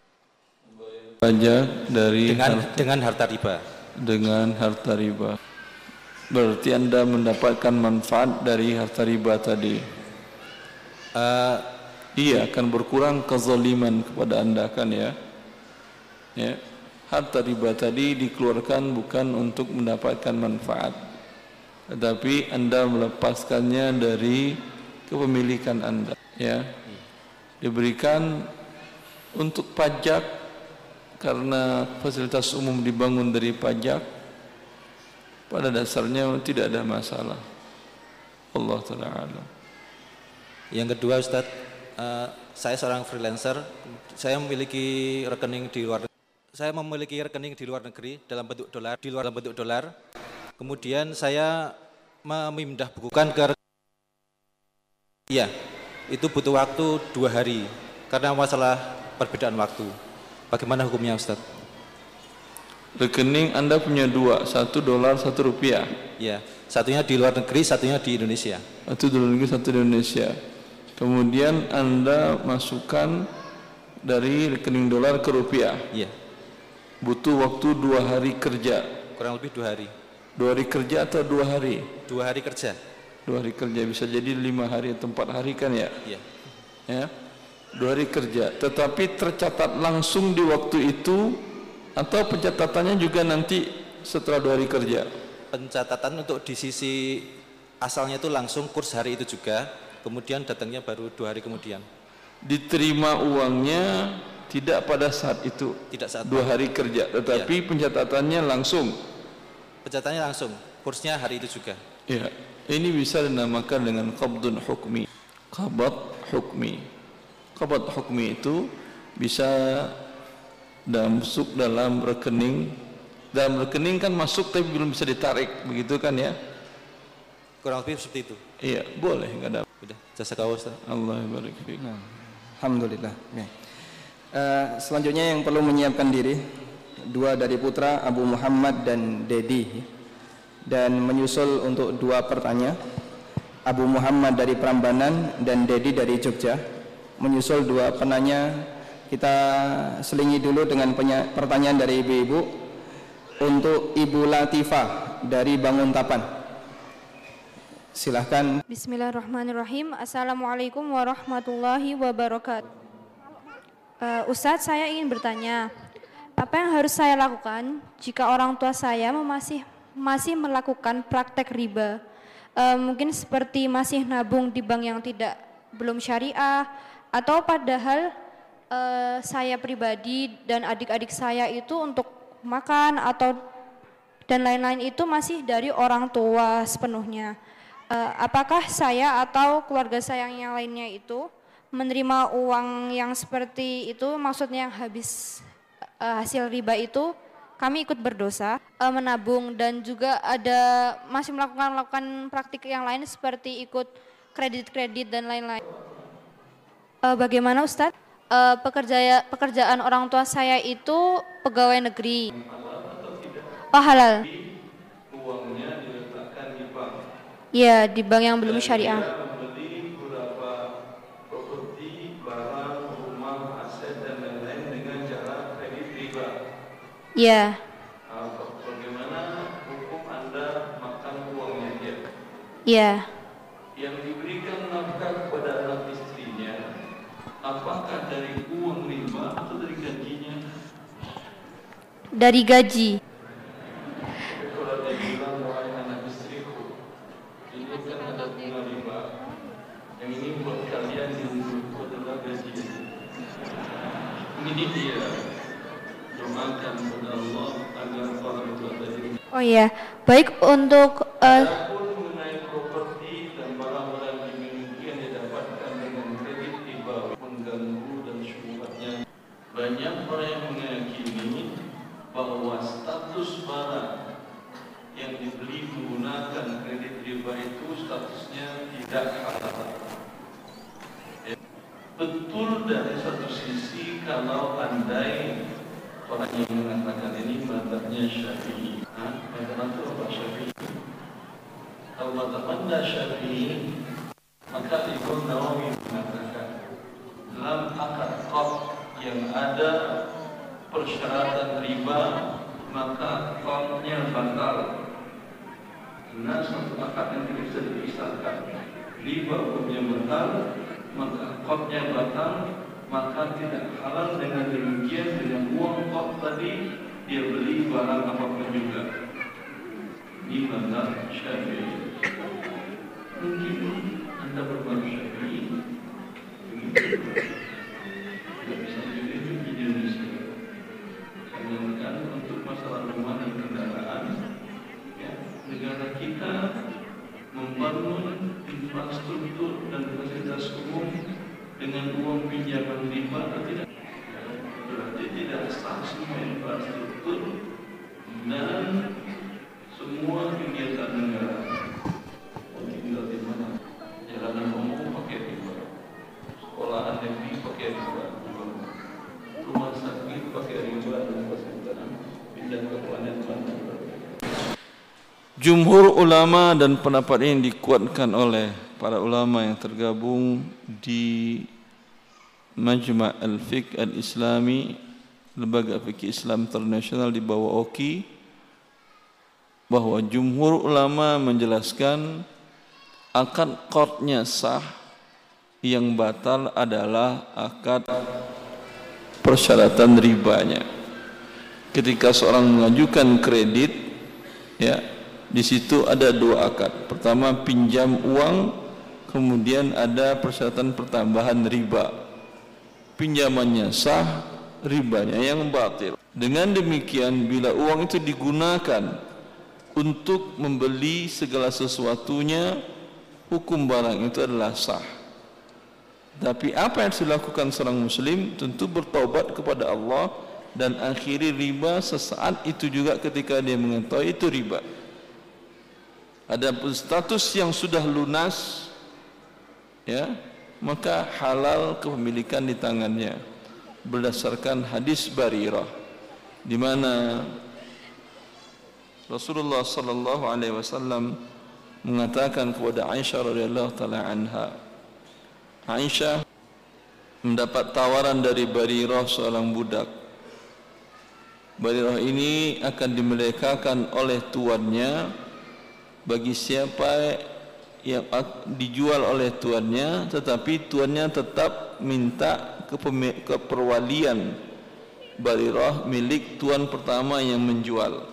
Pajak dari Dengan harta riba. dengan harta riba. Berarti Anda mendapatkan manfaat dari harta riba tadi. Iya, akan berkurang kezaliman kepada Anda kan ya. Ya. Harta riba tadi dikeluarkan bukan untuk mendapatkan manfaat, tetapi Anda melepaskannya dari kepemilikan Anda, ya. Diberikan untuk pajak karena fasilitas umum dibangun dari pajak. Pada dasarnya tidak ada masalah. Allah Ta'ala alam. Yang kedua Ustadz, saya seorang freelancer. Saya memiliki rekening di luar negeri. Saya memiliki rekening di luar negeri dalam bentuk dolar, Kemudian saya memindah bukukan ke iya, itu butuh waktu 2 hari karena masalah perbedaan waktu. Bagaimana hukumnya Ustaz? Rekening Anda punya 2, 1 dolar, 1 rupiah. Ya, satunya di luar negeri, satunya di Indonesia. 1 di luar negeri, 1 di Indonesia. Kemudian Anda masukkan dari rekening dolar ke rupiah. Iya. Butuh waktu 2 hari kerja. Kurang lebih 2 hari. 2 hari kerja atau 2 hari? 2 hari kerja. 2 hari kerja, bisa jadi 5 hari atau 4 hari kan ya? Iya. Ya, 2 hari kerja. Tetapi tercatat langsung di waktu itu atau pencatatannya juga nanti setelah 2 hari kerja? Pencatatan untuk di sisi asalnya itu langsung kurs hari itu juga, kemudian datangnya baru 2 hari kemudian. Diterima uangnya tidak pada saat itu, Tidak saat 2 hari kerja, tetapi ya. Pencatatannya langsung. Pencatatannya langsung, kursnya hari itu juga. Ya, ini bisa dinamakan dengan qabdun hukmi. Qabd hukmi. Qabd hukmi itu bisa masuk dalam rekening. Dalam rekening kan masuk tapi belum bisa ditarik, begitu kan ya? Kurang lebih seperti itu. Iya, boleh, enggak ada. Udah, jazakallah Ustaz. Allah barik fiik. Alhamdulillah. Ya. Selanjutnya yang perlu menyiapkan diri 2 dari putra Abu Muhammad dan Dedi, dan menyusul untuk 2 pertanyaan Abu Muhammad dari Prambanan dan Dedi dari Jogja. Menyusul 2 penanya, kita selingi dulu dengan pertanyaan dari ibu-ibu. Untuk Ibu Latifah dari Banguntapan, silahkan. Bismillahirrahmanirrahim. Assalamualaikum warahmatullahi wabarakatuh. Ustadz, saya ingin bertanya, apa yang harus saya lakukan jika orang tua saya masih melakukan praktek riba? Mungkin seperti masih nabung di bank yang belum syariah, atau padahal saya pribadi dan adik-adik saya itu untuk makan dan lain-lain itu masih dari orang tua sepenuhnya. Apakah saya atau keluarga saya yang lainnya itu menerima uang yang seperti itu, maksudnya yang habis hasil riba itu, kami ikut berdosa, menabung, dan juga ada masih melakukan praktik yang lain seperti ikut kredit dan lain-lain. Bagaimana Ustadz? Pekerjaan orang tua saya itu pegawai negeri. Oh, halal. Uangnya diletakkan di bank. Iya, di bank yang belum syariah. Membeli beberapa properti, barang, rumah, aset dan lain-lain dengan cara kredit riba. Iya. Bagaimana hukum Anda makan uangnya dia? Iya. dari gaji. Kalau dia bilang wahai anak istriku, ini kan ada bunga riba, yang ini buat kalian yang itu adalah gaji. Ini dia doakan kepada Allah agar orang tua tadi. Oh iya, baik untuk Adapun mengenai properti dan barang-barang dimiliki yang didapatkan dengan kredit riba mengganggu dan syubhatnya. Banyak orang yang meyakini bahwa status barang yang dibeli menggunakan kredit riba itu statusnya tidak halal. Betul dari satu sisi kalau andai orang yang mengatakan ini mazhabnya Syafi'i. Mazhab itu apa Syafi'i? Kalau mazhab Anda Syafi'i, maka Imam Nawawi mengatakan dalam akad qard yang ada persyaratan riba, maka qardnya batal. Karena suatu akad yang tidak bisa dipisahkan, riba hukumnya batal, maka qardnya batal, maka tidak halal dengan demikian dengan uang qard tadi dia beli barang apapun juga. Ini mazhab Syafi'i. Mungkin Anda berbahasa Syafi'i, tidak bisa juga di Indonesia. Sedangkan untuk masalah rumah dan kendaraan, ya, negara kita membangun infrastruktur dan fasilitas umum dengan uang pinjaman riba atau tidak? Berarti tidak sah semua infrastruktur dan semua kegiatan negara. Tinggal di mana? Jalanan umum pakai riba, sekolahan negeri pakai riba, rumah sakit pakai riba dan fasilitas pindah ke planet mana? Jumhur ulama dan pendapat ini dikuatkan oleh para ulama yang tergabung di Majma' Al-Fiqh Al-Islami, Lembaga Fikih Islam Internasional di bawah OKI, bahwa jumhur ulama menjelaskan akad qardnya sah, yang batal adalah akad persyaratan ribanya. Ketika seorang mengajukan kredit, ya, di situ ada dua akad. Pertama pinjam uang, kemudian ada persyaratan pertambahan riba. Pinjamannya sah, ribanya yang batil. Dengan demikian bila uang itu digunakan untuk membeli segala sesuatunya, hukum barang itu adalah sah. Tapi apa yang dilakukan seorang muslim tentu bertaubat kepada Allah dan akhiri riba sesaat itu juga ketika dia mengetahui itu riba. Ada status yang sudah lunas, ya, maka halal kepemilikan di tangannya berdasarkan hadis Barirah, di mana Rasulullah sallallahu alaihi wasallam mengatakan kepada Aisyah radhiyallahu taala anha, Aisyah mendapat tawaran dari Barirah, seorang budak. Barirah ini akan dimerdekakan oleh tuannya bagi siapa yang dijual oleh tuannya, tetapi tuannya tetap minta keperwalian Barirah milik tuan pertama yang menjual.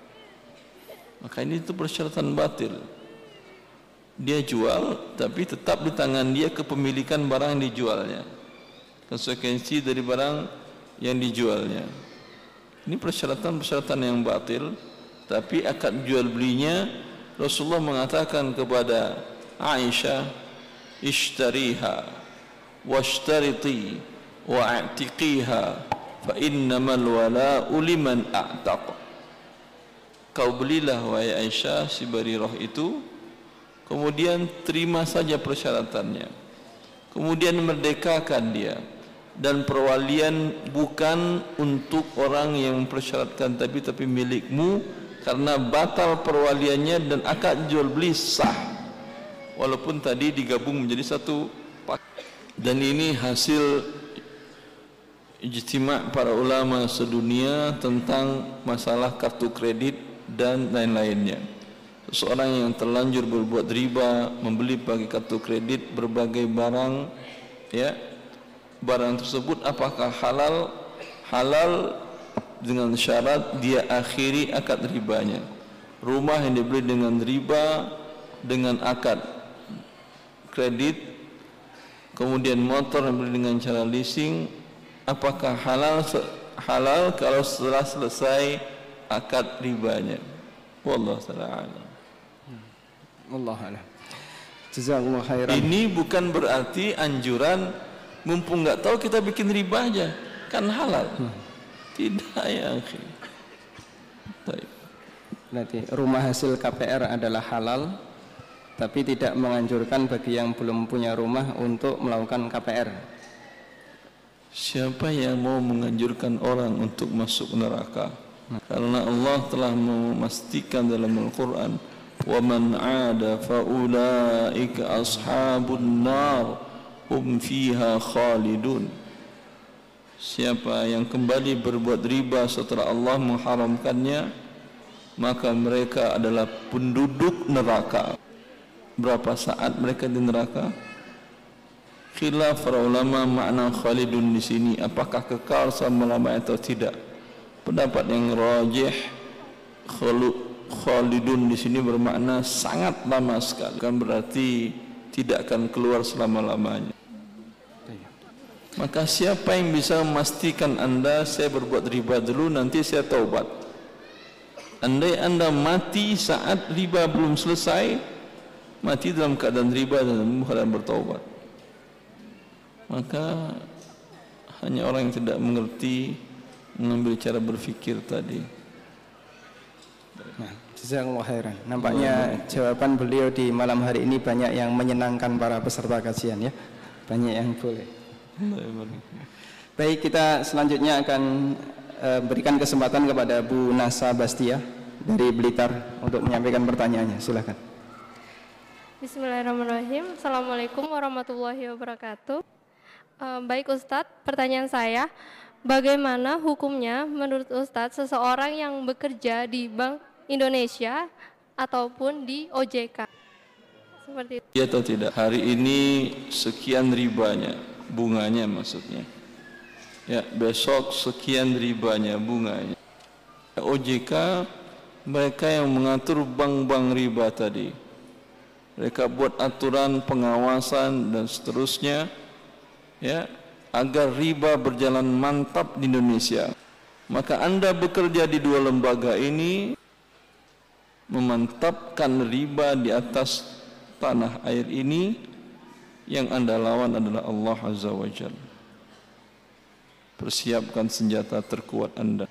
Maka ini itu persyaratan batil. Dia jual, tapi tetap di tangan dia kepemilikan barang yang dijualnya, konsekuensi dari barang yang dijualnya. Ini persyaratan yang batil. Tapi akad jual belinya, Rasulullah mengatakan kepada Aisyah, ishtariha washtariti wa'atiqiha fa innamal wala'u liman a'taq. Kau belilah wahai Aisyah si Barirah itu, kemudian terima saja persyaratannya, kemudian merdekakan dia, dan perwalian bukan untuk orang yang mempersyaratkan tapi milikmu, karena batal perwaliannya dan akad jual beli sah walaupun tadi digabung menjadi satu paket. Dan ini hasil ijtima' para ulama sedunia tentang masalah kartu kredit dan lain-lainnya. Seseorang yang terlanjur berbuat riba, membeli pakai kartu kredit berbagai barang, ya, barang tersebut apakah halal? Halal dengan syarat dia akhiri akad ribanya. Rumah yang dibeli dengan riba dengan akad kredit, kemudian motor yang dibeli dengan cara leasing, apakah halal kalau setelah selesai akad ribanya? Wallahu ta'ala a'lam. Wallahu a'lam. Jazakumullah khairan. Ini bukan berarti anjuran mumpung nggak tahu kita bikin riba aja, kan halal. Tidak ya akhi. Baik. Berarti rumah hasil KPR adalah halal, tapi tidak menganjurkan bagi yang belum punya rumah untuk melakukan KPR. Siapa yang mau menganjurkan orang untuk masuk neraka? Karena Allah telah memastikan dalam Al-Quran, وَمَنْ عَادَ فَأُولَٰئِكَ أَصْحَابُ النَّارِ هُمْ فِيهَا خَالِدُونَ. Siapa yang kembali berbuat riba setelah Allah mengharamkannya, maka mereka adalah penduduk neraka. Berapa saat mereka di neraka? Khilaf para ulama makna khalidun di sini, apakah kekal selama-lamanya atau tidak. Pendapat yang rajih, khalidun di sini bermakna sangat lama sekali, bukan berarti tidak akan keluar selama-lamanya. Maka siapa yang bisa memastikan Anda, saya berbuat riba dulu nanti saya taubat? Andai Anda mati saat riba belum selesai, mati dalam keadaan riba dan dalam keadaan bertaubat, maka hanya orang yang tidak mengerti mengambil cara berfikir tadi. Nah, jazakumullah khairan. Nampaknya jawaban beliau di malam hari ini banyak yang menyenangkan para peserta kajian ya. Banyak yang boleh. Baik, kita selanjutnya akan berikan kesempatan kepada Bu Nasa Bastia dari Blitar untuk menyampaikan pertanyaannya. Silakan. Bismillahirrahmanirrahim. Assalamualaikum warahmatullahi wabarakatuh. Baik Ustadz, pertanyaan saya, bagaimana hukumnya menurut Ustadz seseorang yang bekerja di Bank Indonesia ataupun di OJK? Seperti itu. Ya atau tidak? Hari ini sekian ribanya, bunganya maksudnya. Ya, besok sekian ribanya, bunganya. OJK mereka yang mengatur bank-bank riba tadi. Mereka buat aturan pengawasan dan seterusnya, ya, agar riba berjalan mantap di Indonesia. Maka Anda bekerja di dua lembaga ini memantapkan riba di atas tanah air ini. Yang Anda lawan adalah Allah Azza wa Jalla. Persiapkan senjata terkuat Anda.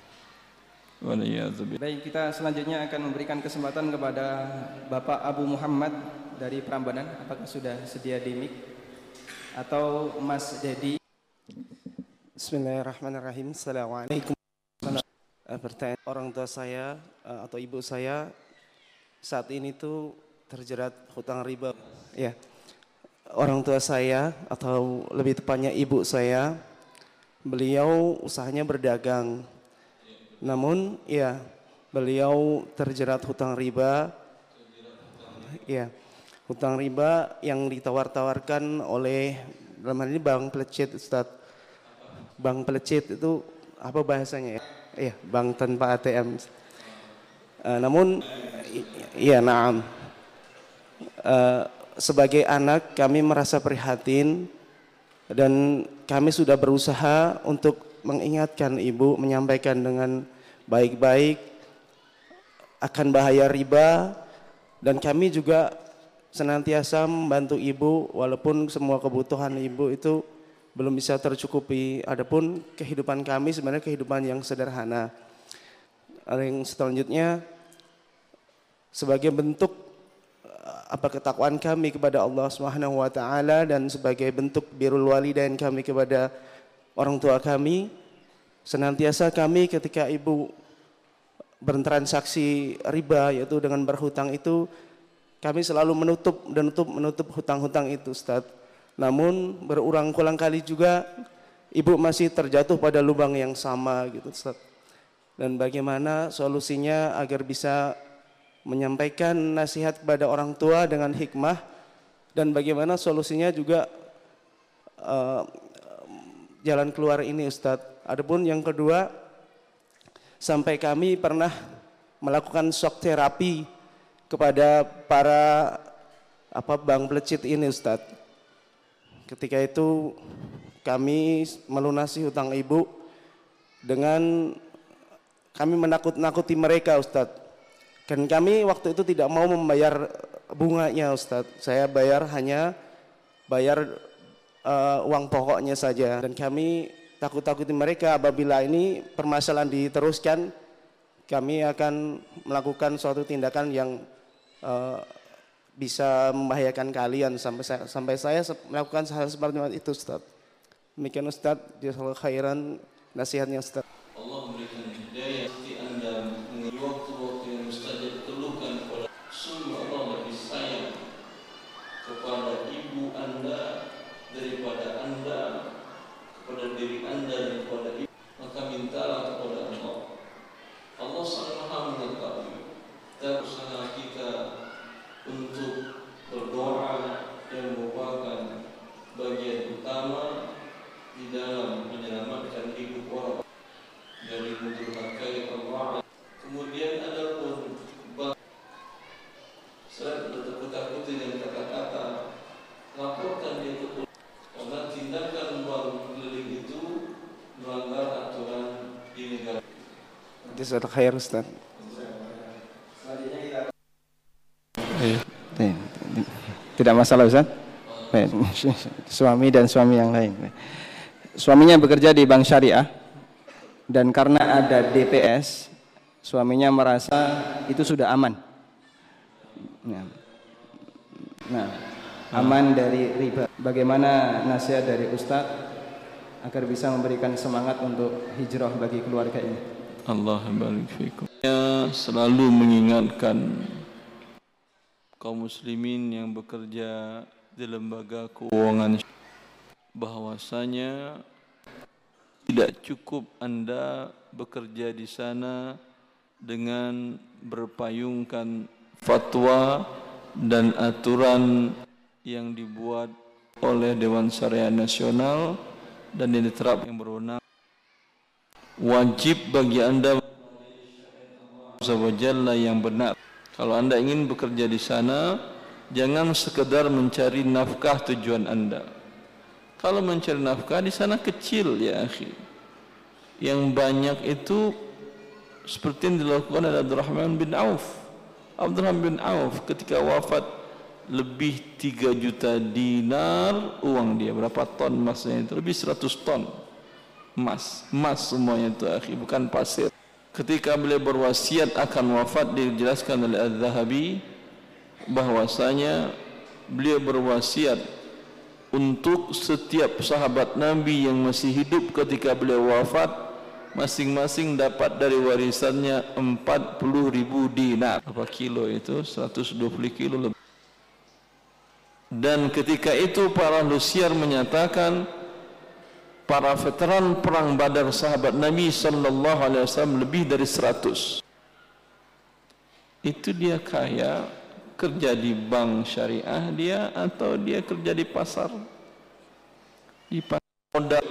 Baik, kita selanjutnya akan memberikan kesempatan kepada Bapak Abu Muhammad dari Prambanan. Apakah sudah sedia di mic? Atau Mas Dedi? Bismillahirrahmanirrahim. Assalamualaikum. Pertanyaan, orang tua saya atau ibu saya saat ini tuh terjerat hutang riba. Ya, orang tua saya atau lebih tepatnya ibu saya, beliau usahanya berdagang. Namun ya beliau terjerat hutang riba. Ya, hutang riba yang ditawar-tawarkan oleh, dalam hal ini bank pelecit, Ustaz. Bank pelecit itu apa bahasanya ya? Iya, bank tanpa ATM. Namun ya naam. Sebagai anak kami merasa prihatin dan kami sudah berusaha untuk mengingatkan ibu, menyampaikan dengan baik-baik akan bahaya riba, dan kami juga senantiasa membantu ibu walaupun semua kebutuhan ibu itu belum bisa tercukupi. Adapun kehidupan kami sebenarnya kehidupan yang sederhana. Yang selanjutnya sebagai bentuk ketakwaan kami kepada Allah Subhanahu wa taala dan sebagai bentuk birrul walidain kami kepada orang tua kami, senantiasa kami ketika ibu bertransaksi riba yaitu dengan berhutang itu, kami selalu menutup hutang-hutang itu, Ustaz. Namun berulang-ulang kali juga ibu masih terjatuh pada lubang yang sama gitu, Ustaz. Dan bagaimana solusinya agar bisa menyampaikan nasihat kepada orang tua dengan hikmah, dan bagaimana solusinya juga jalan keluar ini, Ustaz. Adapun yang kedua, Sampai kami pernah melakukan shock terapi kepada para bank pelecit ini Ustadz. Ketika itu kami melunasi hutang ibu dengan kami menakut-nakuti mereka Ustadz. Dan kami waktu itu tidak mau membayar bunganya Ustadz. Saya hanya bayar uang pokoknya saja. Dan kami takut-takuti mereka apabila ini permasalahan diteruskan, kami akan melakukan suatu tindakan yang bisa membahayakan kalian sampai saya melakukan hal seperti itu Ustaz. Demikian Ustaz, jazakallahu khairan nasihatnya Ustaz. Allah memberikan hidayah di Anda mengenai waktu-waktu yang mustajab keluhkan kepada sungguh Allah lebih sayang kepada ibu Anda daripada Anda, kepada diri Anda daripada ibu. Maka mintalah kepada Allah. Allah sangat maha mengetahui. Dan usaha kita untuk berdoa yang merupakan bagian utama di dalam menyelamatkan hidup orang dari mendurhakai Allah. Kemudian ada pun selain takut-takut dengan kata-kata, laporkan dia ke polisi karena tindakan bank keliling itu melanggar aturan di negara. Jazakallahu khair Ustaz. Tidak masalah Ustaz. Suami dan suami yang lain. Suaminya bekerja di bank syariah dan karena ada DPS, suaminya merasa itu sudah aman. Nah, aman dari riba. Bagaimana nasihat dari Ustaz agar bisa memberikan semangat untuk hijrah bagi keluarga ini? Allah barik fikum. Ya, selalu mengingatkan kaum muslimin yang bekerja di lembaga keuangan bahwasanya tidak cukup Anda bekerja di sana dengan berpayungkan fatwa dan aturan yang dibuat oleh Dewan Syariah Nasional dan yang diterapkan yang berwenang. Wajib bagi Anda yang benar. Kalau Anda ingin bekerja di sana, jangan sekedar mencari nafkah tujuan Anda. Kalau mencari nafkah di sana kecil ya akhi. Yang banyak itu seperti yang dilakukan oleh Abdurrahman bin Auf. Abdurrahman bin Auf ketika wafat lebih 3 juta dinar uang dia. Berapa ton emasnya itu? Lebih 100 ton emas. Emas semuanya itu akhi, bukan pasir. Ketika beliau berwasiat akan wafat, dijelaskan oleh Az-Zahabi bahwasanya beliau berwasiat untuk setiap sahabat Nabi yang masih hidup ketika beliau wafat, masing-masing dapat dari warisannya 40.000 dinar. Berapa kilo itu? 120 kilo lebih. Dan ketika itu para lusiar menyatakan para veteran perang Badar sahabat Nabi sallallahu alaihi wasallam lebih dari 100. Itu dia kaya, kerja di bank syariah dia atau dia kerja di pasar? Di pasar modal.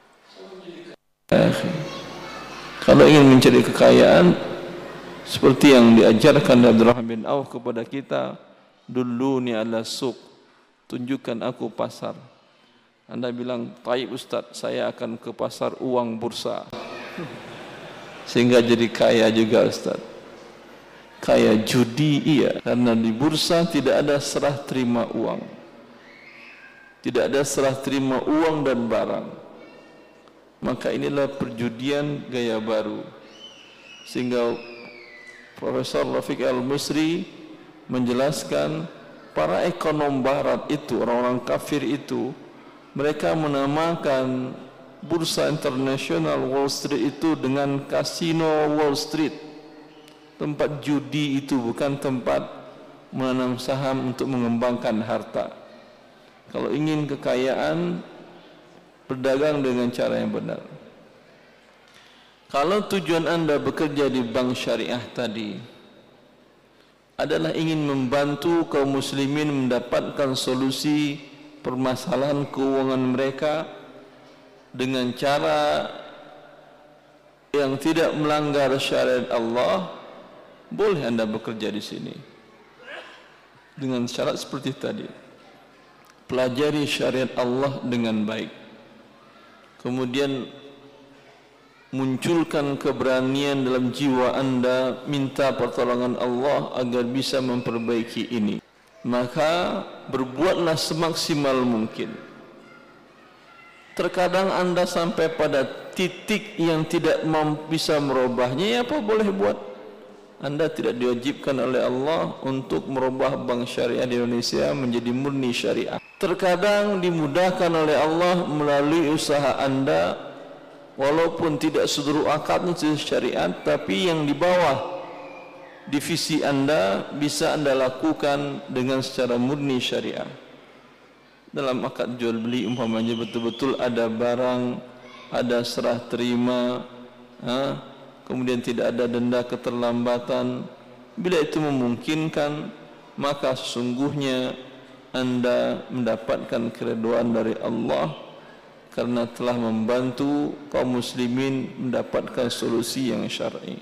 Kalau ingin mencari kekayaan seperti yang diajarkan Abdurrahman bin Auf kepada kita, duluni ala suq, tunjukkan aku pasar. Anda bilang, "Taib Ustaz, saya akan ke pasar uang bursa." Sehingga jadi kaya juga Ustaz. Kaya judi iya, karena di bursa tidak ada serah terima uang. Tidak ada serah terima uang dan barang. Maka inilah perjudian gaya baru. Sehingga Profesor Rafiq Al-Musri menjelaskan para ekonom barat itu, orang-orang kafir itu, mereka menamakan bursa internasional Wall Street itu dengan kasino Wall Street. Tempat judi itu bukan tempat menanam saham untuk mengembangkan harta. Kalau ingin kekayaan, berdagang dengan cara yang benar. Kalau tujuan Anda bekerja di bank syariah tadi adalah ingin membantu kaum muslimin mendapatkan solusi permasalahan keuangan mereka dengan cara yang tidak melanggar syariat Allah, boleh Anda bekerja di sini dengan syarat seperti tadi. Pelajari syariat Allah dengan baik, kemudian munculkan keberanian dalam jiwa Anda, minta pertolongan Allah agar bisa memperbaiki ini. Maka berbuatlah semaksimal mungkin. Terkadang Anda sampai pada titik yang tidak bisa merubahnya, ya apa boleh buat. Anda tidak diwajibkan oleh Allah untuk merubah bank syariah di Indonesia menjadi murni syariah. Terkadang dimudahkan oleh Allah melalui usaha Anda, walaupun tidak seluruh akadnya syariat, tapi yang di bawah divisi Anda bisa Anda lakukan dengan secara murni syariah. Dalam akad jual beli umpamanya betul-betul ada barang, ada serah terima, kemudian tidak ada denda keterlambatan. Bila itu memungkinkan, maka sesungguhnya Anda mendapatkan keridhaan dari Allah karena telah membantu kaum muslimin mendapatkan solusi yang syar'i.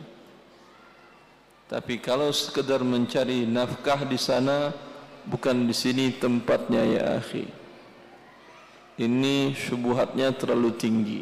Tapi kalau sekedar mencari nafkah di sana, bukan di sini tempatnya ya akhi. Ini syubhatnya terlalu tinggi.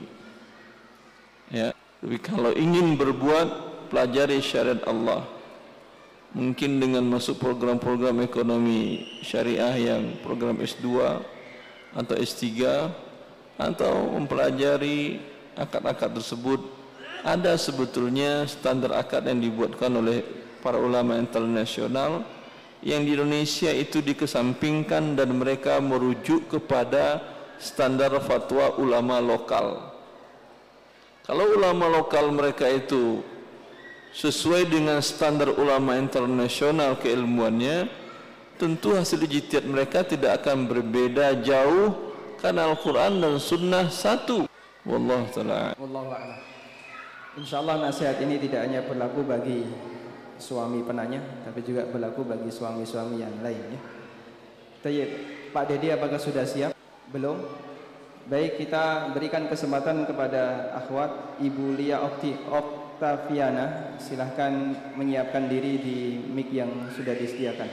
Ya, tapi kalau ingin berbuat, pelajari syariat Allah. Mungkin dengan masuk program-program ekonomi syariah yang program S2 atau S3, atau mempelajari akad-akad tersebut. Ada sebetulnya standar akad yang dibuatkan oleh para ulama internasional yang di Indonesia itu dikesampingkan dan mereka merujuk kepada standar fatwa ulama lokal. Kalau ulama lokal mereka itu sesuai dengan standar ulama internasional keilmuannya, tentu hasil ijtihad mereka tidak akan berbeda jauh karena Al-Quran dan Sunnah satu. Wallahu ta'ala. Wallahu a'lam. Insyaallah nasihat ini tidak hanya berlaku bagi suami penanya, tapi juga berlaku bagi suami-suami yang lain ya. Tayyib, Pak Dedi apakah sudah siap? Belum? Baik, kita berikan kesempatan kepada akhwat Ibu Lia Oktaviana. Silahkan menyiapkan diri di mic yang sudah disediakan.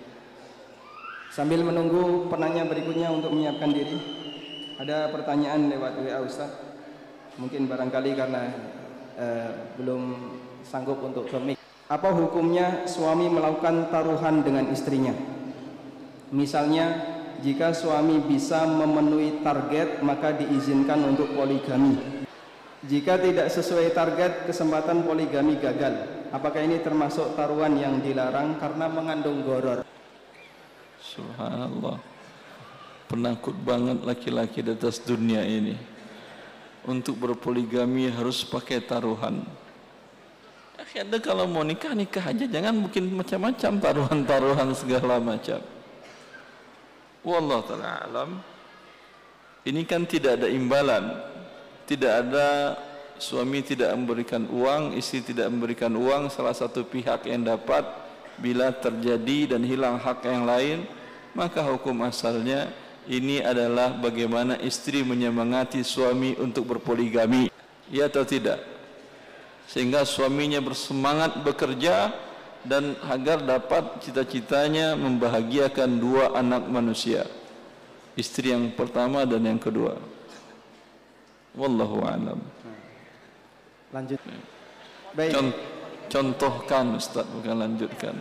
Sambil menunggu penanya berikutnya untuk menyiapkan diri, ada pertanyaan lewat WA Ustaz. Mungkin barangkali karena belum sanggup untuk ke mic. Apa hukumnya suami melakukan taruhan dengan istrinya? Misalnya, jika suami bisa memenuhi target, maka diizinkan untuk poligami. Jika tidak sesuai target, kesempatan poligami gagal. Apakah ini termasuk taruhan yang dilarang karena mengandung gharar? Subhanallah. Penakut banget laki-laki di atas dunia ini. Untuk berpoligami harus pakai taruhan. Ada kalau mau nikah, nikah aja, jangan mungkin macam-macam taruhan-taruhan segala macam. Wallahu ta'ala alam. Ini kan tidak ada imbalan, tidak ada suami tidak memberikan uang, istri tidak memberikan uang, salah satu pihak yang dapat. Bila terjadi dan hilang hak yang lain, maka hukum asalnya ini adalah bagaimana istri menyemangati suami untuk berpoligami, ya atau tidak, sehingga suaminya bersemangat bekerja dan agar dapat cita-citanya membahagiakan dua anak manusia, istri yang pertama dan yang kedua. Wallahu a'lam. Lanjut. Baik. Contohkan Ustaz, bukan lanjutkan.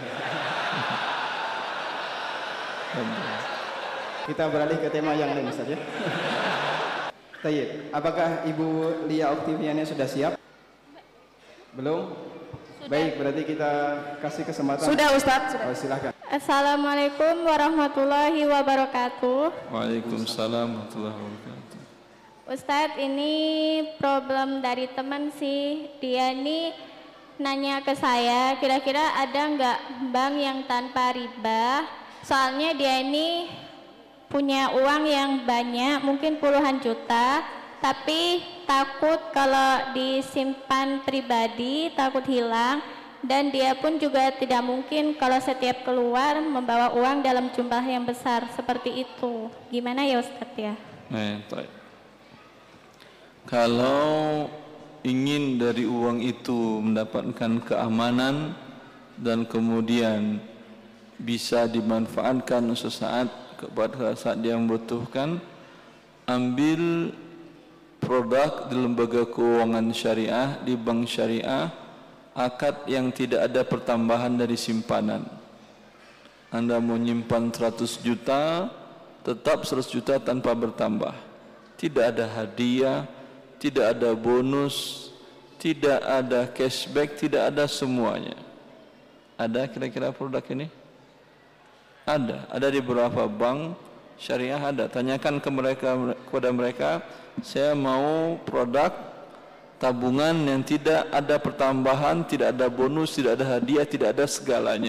Kita beralih ke tema yang lain Ustaz ya. Tayyib, apakah Ibu Lia Oktaviana sudah siap? Belum? Sudah. Baik, berarti kita kasih kesempatan. Sudah Ustaz. Sudah. Oh, silakan. Assalamualaikum warahmatullahi wabarakatuh. Waalaikumsalam warahmatullahi wabarakatuh. Ustadz, ini problem dari teman sih. Dia ini nanya ke saya, kira-kira ada nggak bank yang tanpa riba? Soalnya dia ini punya uang yang banyak, mungkin puluhan juta, tapi takut kalau disimpan pribadi, takut hilang. Dan dia pun juga tidak mungkin kalau setiap keluar membawa uang dalam jumlah yang besar seperti itu. Gimana ya Ustadz ya? Kalau ingin dari uang itu mendapatkan keamanan dan kemudian bisa dimanfaatkan sesaat kepada saat dia membutuhkan, ambil produk di lembaga keuangan syariah, di bank syariah, akad yang tidak ada pertambahan dari simpanan. Anda mau nyimpan 100 juta, tetap 100 juta tanpa bertambah. Tidak ada hadiah, tidak ada bonus, tidak ada cashback, tidak ada semuanya. Ada kira-kira produk ini? Ada di beberapa bank syariah ada. Tanyakan kepada mereka, saya mau produk tabungan yang tidak ada pertambahan, tidak ada bonus, tidak ada hadiah, tidak ada segalanya.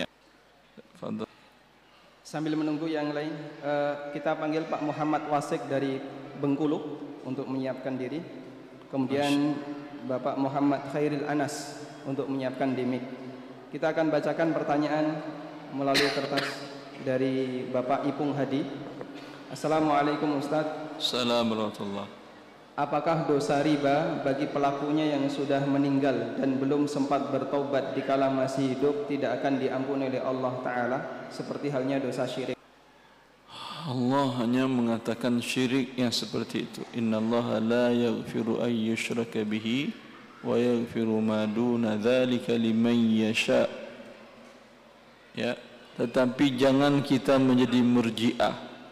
Sambil menunggu yang lain, kita panggil Pak Muhammad Wasik dari Bengkulu untuk menyiapkan diri. Kemudian Bapak Muhammad Khairil Anas untuk menyiapkan dimik. Kita akan bacakan pertanyaan melalui kertas dari Bapak Ipung Hadi. Assalamualaikum Ustaz. Assalamualaikum. Apakah dosa riba bagi pelakunya yang sudah meninggal dan belum sempat bertobat dikala masih hidup tidak akan diampuni oleh Allah Ta'ala seperti halnya dosa syirik? Allah hanya mengatakan syirik yang seperti itu. Innallaha la yaghfiru an yushraka bihi wa yaghfiru ma duna dzalika liman yasha. Ya, tetapi jangan kita menjadi murji'ah,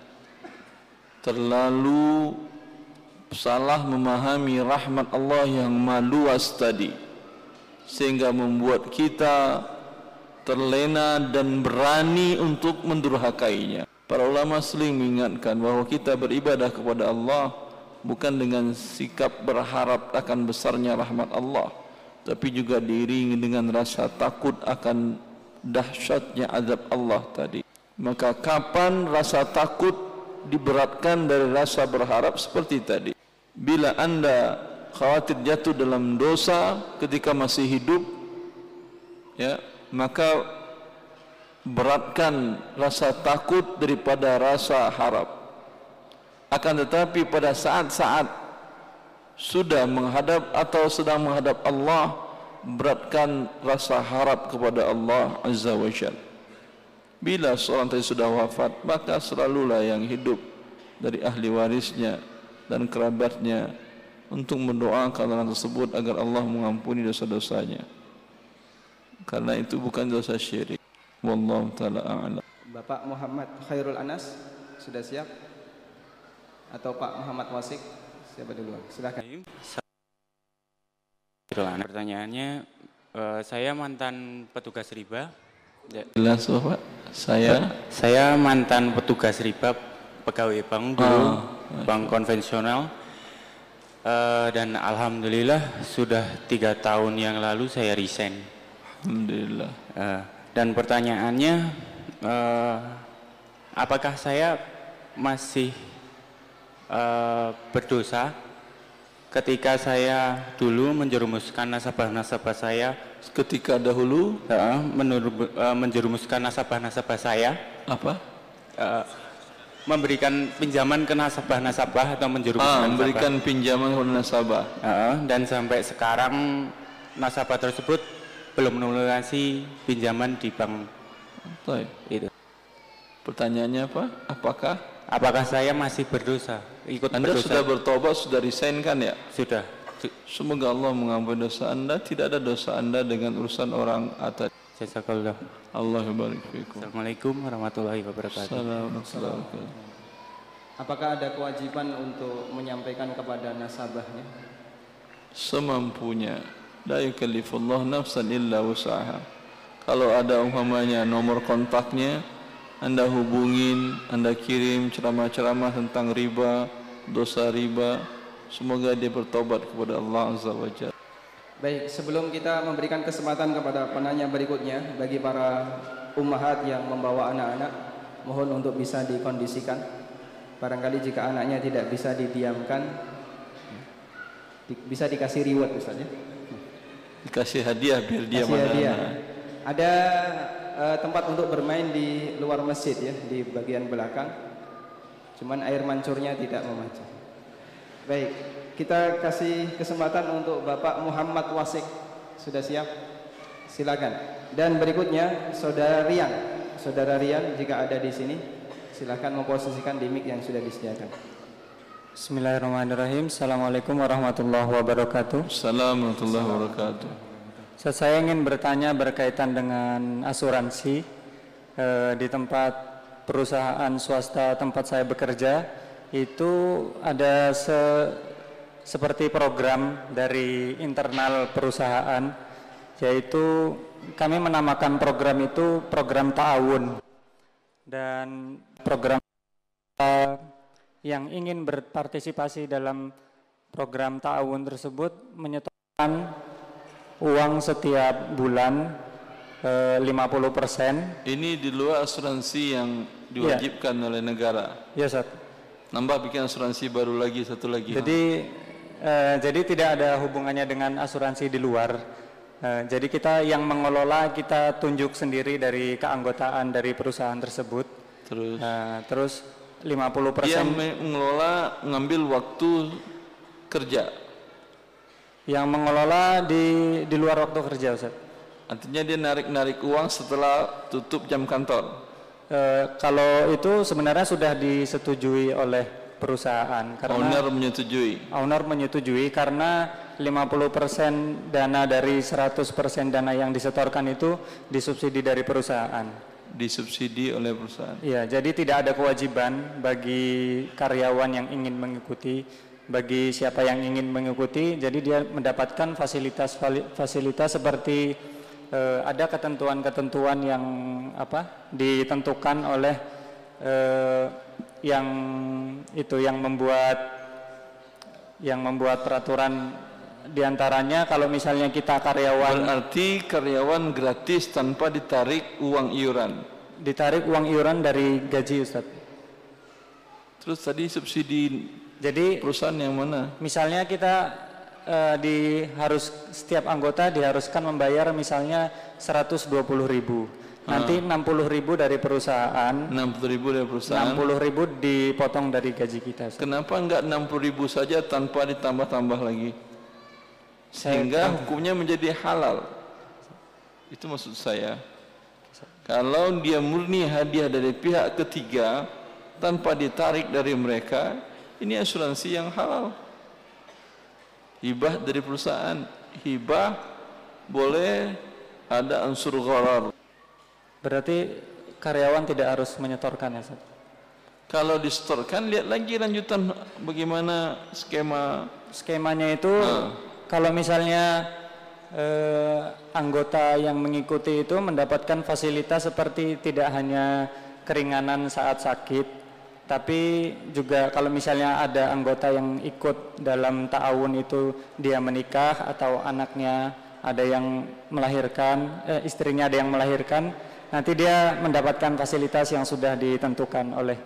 terlalu salah memahami rahmat Allah yang maha luas tadi, sehingga membuat kita terlena dan berani untuk mendurhakainya. Para ulama sering mengingatkan bahwa kita beribadah kepada Allah bukan dengan sikap berharap akan besarnya rahmat Allah, tapi juga diiringi dengan rasa takut akan dahsyatnya azab Allah tadi. Maka kapan rasa takut diberatkan dari rasa berharap seperti tadi? Bila Anda khawatir jatuh dalam dosa ketika masih hidup, ya, maka beratkan rasa takut daripada rasa harap. Akan tetapi pada saat-saat sudah menghadap atau sedang menghadap Allah, beratkan rasa harap kepada Allah Azza wa Jalla. Bila seorang tadi sudah wafat, maka selalulah yang hidup dari ahli warisnya dan kerabatnya untuk mendoakan orang tersebut agar Allah mengampuni dosa-dosanya, karena itu bukan dosa syirik. Wallahu ta'ala a'lam. Bapak Muhammad Khairul Anas sudah siap? Atau Pak Muhammad Wasik? Siapa dulu? Silakan. Pertanyaannya, saya mantan petugas riba. Jelas Bapak? Saya mantan petugas riba, pegawai bank dulu, bank konvensional, dan alhamdulillah sudah 3 tahun yang lalu saya resign. Alhamdulillah. Dan pertanyaannya, apakah saya masih berdosa ketika saya dulu menjerumuskan nasabah-nasabah saya, ketika dahulu menjerumuskan nasabah-nasabah saya, apa? Memberikan pinjaman ke nasabah-nasabah atau menjerumuskan memberikan pinjaman ke nasabah. Dan sampai sekarang nasabah tersebut belum melunasi pinjaman di bank. Itu. Pertanyaannya apa? Apakah saya masih berdosa? Anda berdosa? Sudah bertobat, sudah resign kan ya? Sudah. Semoga Allah mengampuni dosa Anda. Tidak ada dosa Anda dengan urusan orang atas. Jazakallah. Allah barik fikum. Assalamualaikum warahmatullahi wabarakatuh. Assalamualaikum. Apakah ada kewajiban untuk menyampaikan kepada nasabahnya? Semampunya. La yukallifullah nafsan illa wus'aha. Kalau ada umpamanya nomor kontaknya, Anda hubungin, Anda kirim ceramah-ceramah tentang riba, dosa riba. Semoga dia bertobat kepada Allah Azza wa Jalla. Baik, sebelum kita memberikan kesempatan kepada penanya berikutnya, bagi para ummahat yang membawa anak-anak, mohon untuk bisa dikondisikan. Barangkali jika anaknya tidak bisa didiamkan, bisa dikasih reward Ustaz ya. Dikasih hadiah biar dia mana. Ada tempat untuk bermain di luar masjid ya, di bagian belakang. Cuman air mancurnya tidak memancar. Baik, kita kasih kesempatan untuk Bapak Muhammad Wasik. Sudah siap? Silakan. Dan berikutnya Saudara Rian jika ada di sini, silakan memposisikan di mic yang sudah disediakan. Bismillahirrahmanirrahim. Assalamualaikum warahmatullahi wabarakatuh. Assalamualaikum warahmatullahi wabarakatuh. Saya ingin bertanya berkaitan dengan asuransi di tempat perusahaan swasta tempat saya bekerja. Itu ada seperti program dari internal perusahaan, yaitu kami menamakan program itu program ta'awun, dan program yang ingin berpartisipasi dalam program ta'awun tersebut menyetorkan uang setiap bulan 50%. Ini di luar asuransi yang diwajibkan oleh negara. Ya, Ustaz. Nambah bikin asuransi baru lagi, satu lagi. Jadi tidak ada hubungannya dengan asuransi di luar. Jadi kita yang mengelola, kita tunjuk sendiri dari keanggotaan dari perusahaan tersebut. Terus 50%. Dia mengelola, ngambil waktu kerja. Yang mengelola di luar waktu kerja, Ustaz. Artinya dia narik uang setelah tutup jam kantor. Kalau itu sebenarnya sudah disetujui oleh perusahaan, karena owner menyetujui karena 50% dana dari 100% dana yang disetorkan itu disubsidi dari perusahaan. Disubsidi oleh perusahaan. Iya, jadi tidak ada kewajiban bagi karyawan yang ingin mengikuti, bagi siapa yang ingin mengikuti, jadi dia mendapatkan fasilitas seperti ada ketentuan-ketentuan yang ditentukan oleh yang membuat peraturan, diantaranya kalau misalnya kita karyawan. Berarti karyawan gratis tanpa ditarik uang iuran. Ditarik uang iuran dari gaji, Ustaz. Terus tadi subsidi, jadi perusahaan yang mana? Misalnya kita setiap anggota diharuskan membayar misalnya 120.000. Nanti 60.000 dari perusahaan. 60.000 dari perusahaan. 60.000 dipotong dari gaji kita. Kenapa enggak 60.000 saja tanpa ditambah-tambah lagi? Sehingga hukumnya menjadi halal. Itu maksud saya. Kalau dia murni hadiah dari pihak ketiga tanpa ditarik dari mereka, ini asuransi yang halal. Hibah dari perusahaan, hibah boleh ada unsur gharar. Berarti karyawan tidak harus menyetorkan, ya, Ustaz? Kalau disetorkan, lihat lagi lanjutan bagaimana skemanya itu. Kalau misalnya anggota yang mengikuti itu mendapatkan fasilitas seperti tidak hanya keringanan saat sakit, tapi juga kalau misalnya ada anggota yang ikut dalam ta'awun itu, dia menikah atau anaknya ada yang melahirkan, istrinya ada yang melahirkan, nanti dia mendapatkan fasilitas yang sudah ditentukan oleh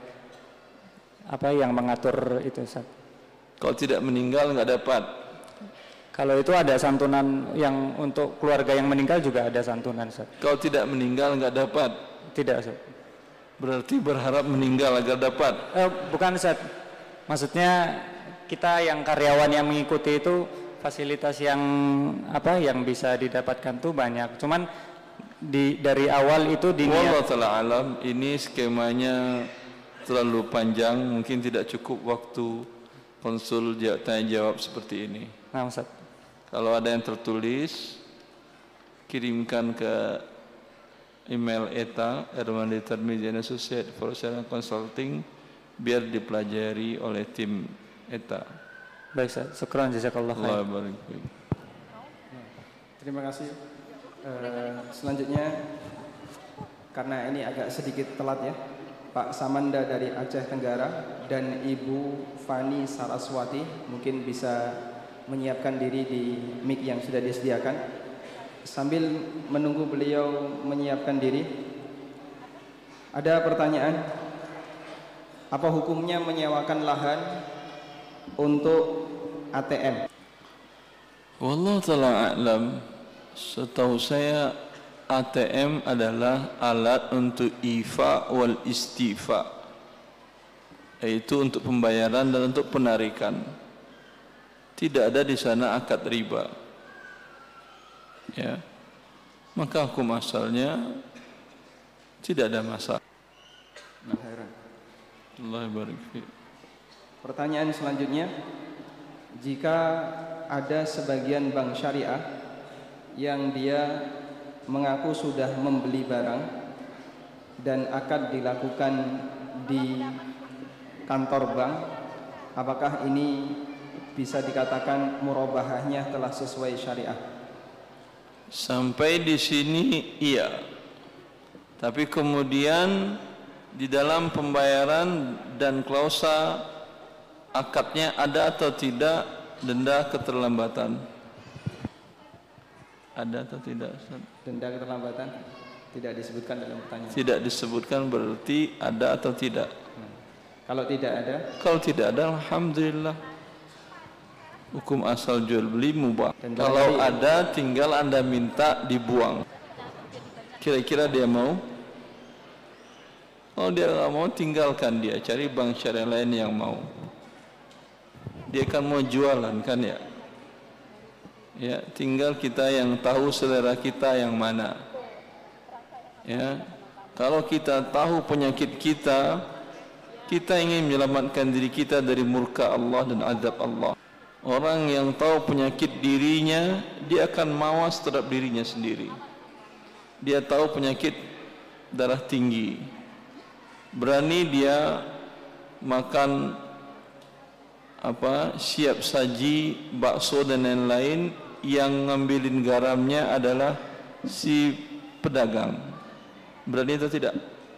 yang mengatur itu, Ustaz. Kalau tidak meninggal nggak dapat. Kalau itu ada santunan yang untuk keluarga yang meninggal, juga ada santunan, Ustaz. Kalau tidak meninggal nggak dapat. Tidak, Ustaz. Berarti berharap meninggal agar dapat. Bukan, Ustaz. Maksudnya kita yang karyawan yang mengikuti itu fasilitas yang yang bisa didapatkan tuh banyak. Cuman dari awal itu Wallahu ta'ala alam, ini skemanya terlalu panjang, mungkin tidak cukup waktu konsul tanya jawab seperti ini. Nah, Ustaz. Kalau ada yang tertulis, kirimkan ke email ETA, Erwandi Tarmizi & Associates for Sharing Consulting, biar dipelajari oleh tim ETA. Baik, Ustaz. Syukran, jazakallah khair. Terima kasih. Selanjutnya, karena ini agak sedikit telat ya, Pak Samanda dari Aceh Tenggara dan Ibu Fani Saraswati mungkin bisa menyiapkan diri di mic yang sudah disediakan. Sambil menunggu beliau menyiapkan diri, ada pertanyaan, apa hukumnya menyewakan lahan untuk ATM? Wallahu ta'ala a'lam. Setahu saya ATM adalah alat untuk ifa wal istifa, yaitu untuk pembayaran dan untuk penarikan. tidak ada di sana akad riba, ya, maka hukum asalnya tidak ada masalah. Nah, heran. Allah barik fi. Pertanyaan selanjutnya, jika ada sebagian bank syariah yang dia mengaku sudah membeli barang dan akad dilakukan di kantor bank, apakah ini bisa dikatakan murabahahnya telah sesuai syariah? Sampai di sini iya. Tapi kemudian di dalam pembayaran dan klausa akadnya ada atau tidak denda keterlambatan? Ada atau tidak? Denda keterlambatan tidak disebutkan dalam pertanyaan. Tidak disebutkan, berarti ada atau tidak? Kalau tidak ada? Kalau tidak ada, alhamdulillah. Hukum asal jual beli mubah. Kalau ada, tinggal Anda minta dibuang. Kira-kira dia mau? Kalau dia nggak mau, tinggalkan dia, cari bank syariah lain yang mau. Dia kan mau jualan kan ya? Ya, tinggal kita yang tahu selera kita yang mana. Ya, kalau kita tahu penyakit kita, kita ingin menyelamatkan diri kita dari murka Allah dan azab Allah. Orang yang tahu penyakit dirinya, dia akan mawas terhadap dirinya sendiri. Dia tahu penyakit darah tinggi, berani dia makan siap saji, bakso dan lain-lain, yang ngambilin garamnya adalah si pedagang. Berani atau tidak?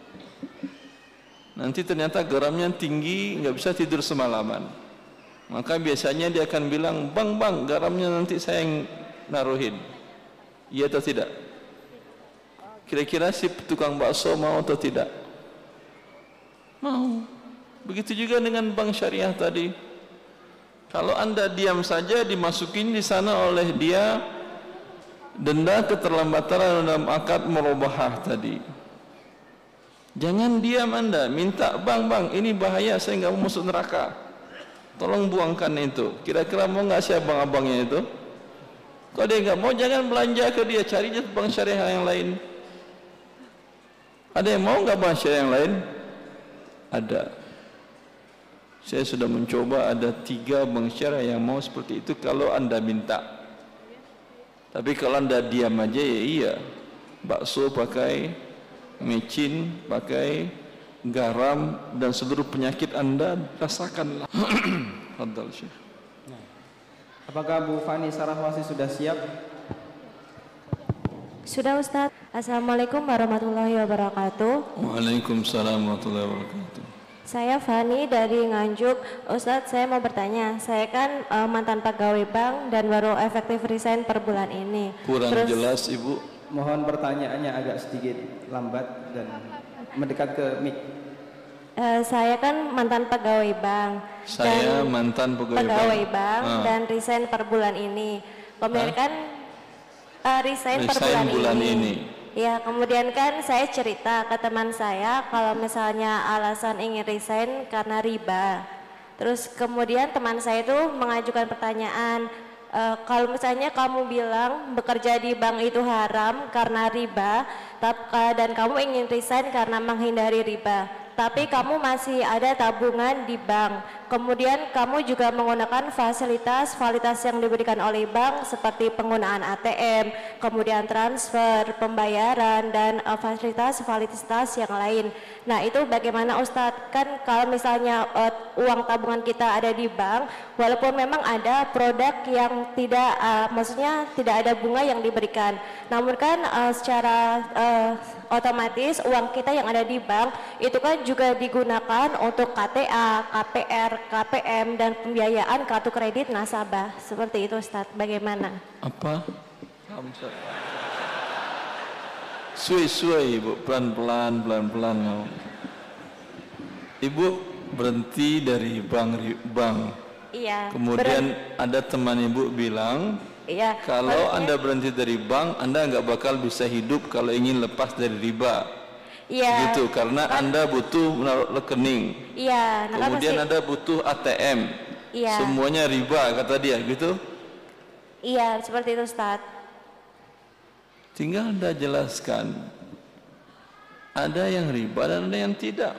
Nanti ternyata garamnya tinggi, nggak bisa tidur semalaman. Maka biasanya dia akan bilang, bang, garamnya nanti saya yang naruhin. Iya atau tidak? Kira-kira si tukang bakso mau atau tidak? Mau. Begitu juga dengan bank syariah tadi. Kalau Anda diam saja, dimasukin di sana oleh dia denda keterlambatan dalam akad murabahah tadi. Jangan diam Anda, minta, bang, ini bahaya, saya nggak mau masuk neraka, tolong buangkan itu. Kira-kira mau nggak sih abang-abangnya itu? Kalau dia nggak mau, jangan belanja ke dia, cari bank syariah yang lain. Ada yang mau nggak bank syariah yang lain? Ada. Saya sudah mencoba, ada 3 bank syariah yang mau seperti itu kalau Anda minta. Tapi kalau Anda diam aja, ya iya, bakso pakai micin, pakai garam, dan seluruh penyakit Anda rasakanlah. Fadhal Syekh. Apakah Bu Fani Sarahwasi sudah siap? Sudah Ustaz. Assalamualaikum warahmatullahi wabarakatuh. Waalaikumsalam warahmatullahi wabarakatuh. Saya Fani dari Nganjuk. Ustadz, saya mau bertanya, saya kan mantan pegawai bank dan baru efektif resign per bulan ini. Kurang jelas Ibu. Mohon pertanyaannya agak sedikit lambat dan mendekat ke mic. Saya kan mantan pegawai bank. Saya mantan pegawai bank dan resign per bulan ini. Kemudian kan resign per bulan ini. Ya, kemudian kan saya cerita ke teman saya kalau misalnya alasan ingin resign karena riba. Terus kemudian teman saya itu mengajukan pertanyaan, kalau misalnya kamu bilang bekerja di bank itu haram karena riba, dan kamu ingin resign karena menghindari riba, tapi kamu masih ada tabungan di bank, kemudian kamu juga menggunakan fasilitas yang diberikan oleh bank seperti penggunaan ATM, kemudian transfer, pembayaran, dan fasilitas yang lain. Nah, itu bagaimana Ustadz? Kan kalau misalnya uang tabungan kita ada di bank, walaupun memang ada produk yang tidak, maksudnya tidak ada bunga yang diberikan, namun kan secara otomatis uang kita yang ada di bank itu kan juga digunakan untuk KTA, KPR, KPM, dan pembiayaan kartu kredit nasabah. Seperti itu Ustadz, bagaimana? Apa? Suai Ibu, pelan-pelan. Ibu berhenti dari bank. Iya. Kemudian ada teman Ibu bilang, iya, kalau Anda berhenti dari bank, Anda nggak bakal bisa hidup kalau ingin lepas dari riba. Iya. Gitu, karena Anda butuh menaruh rekening. Iya. Kemudian Anda butuh ATM. Iya. Semuanya riba kata dia, gitu? Iya, seperti itu Ustaz. Tinggal Anda jelaskan. Ada yang riba dan ada yang tidak.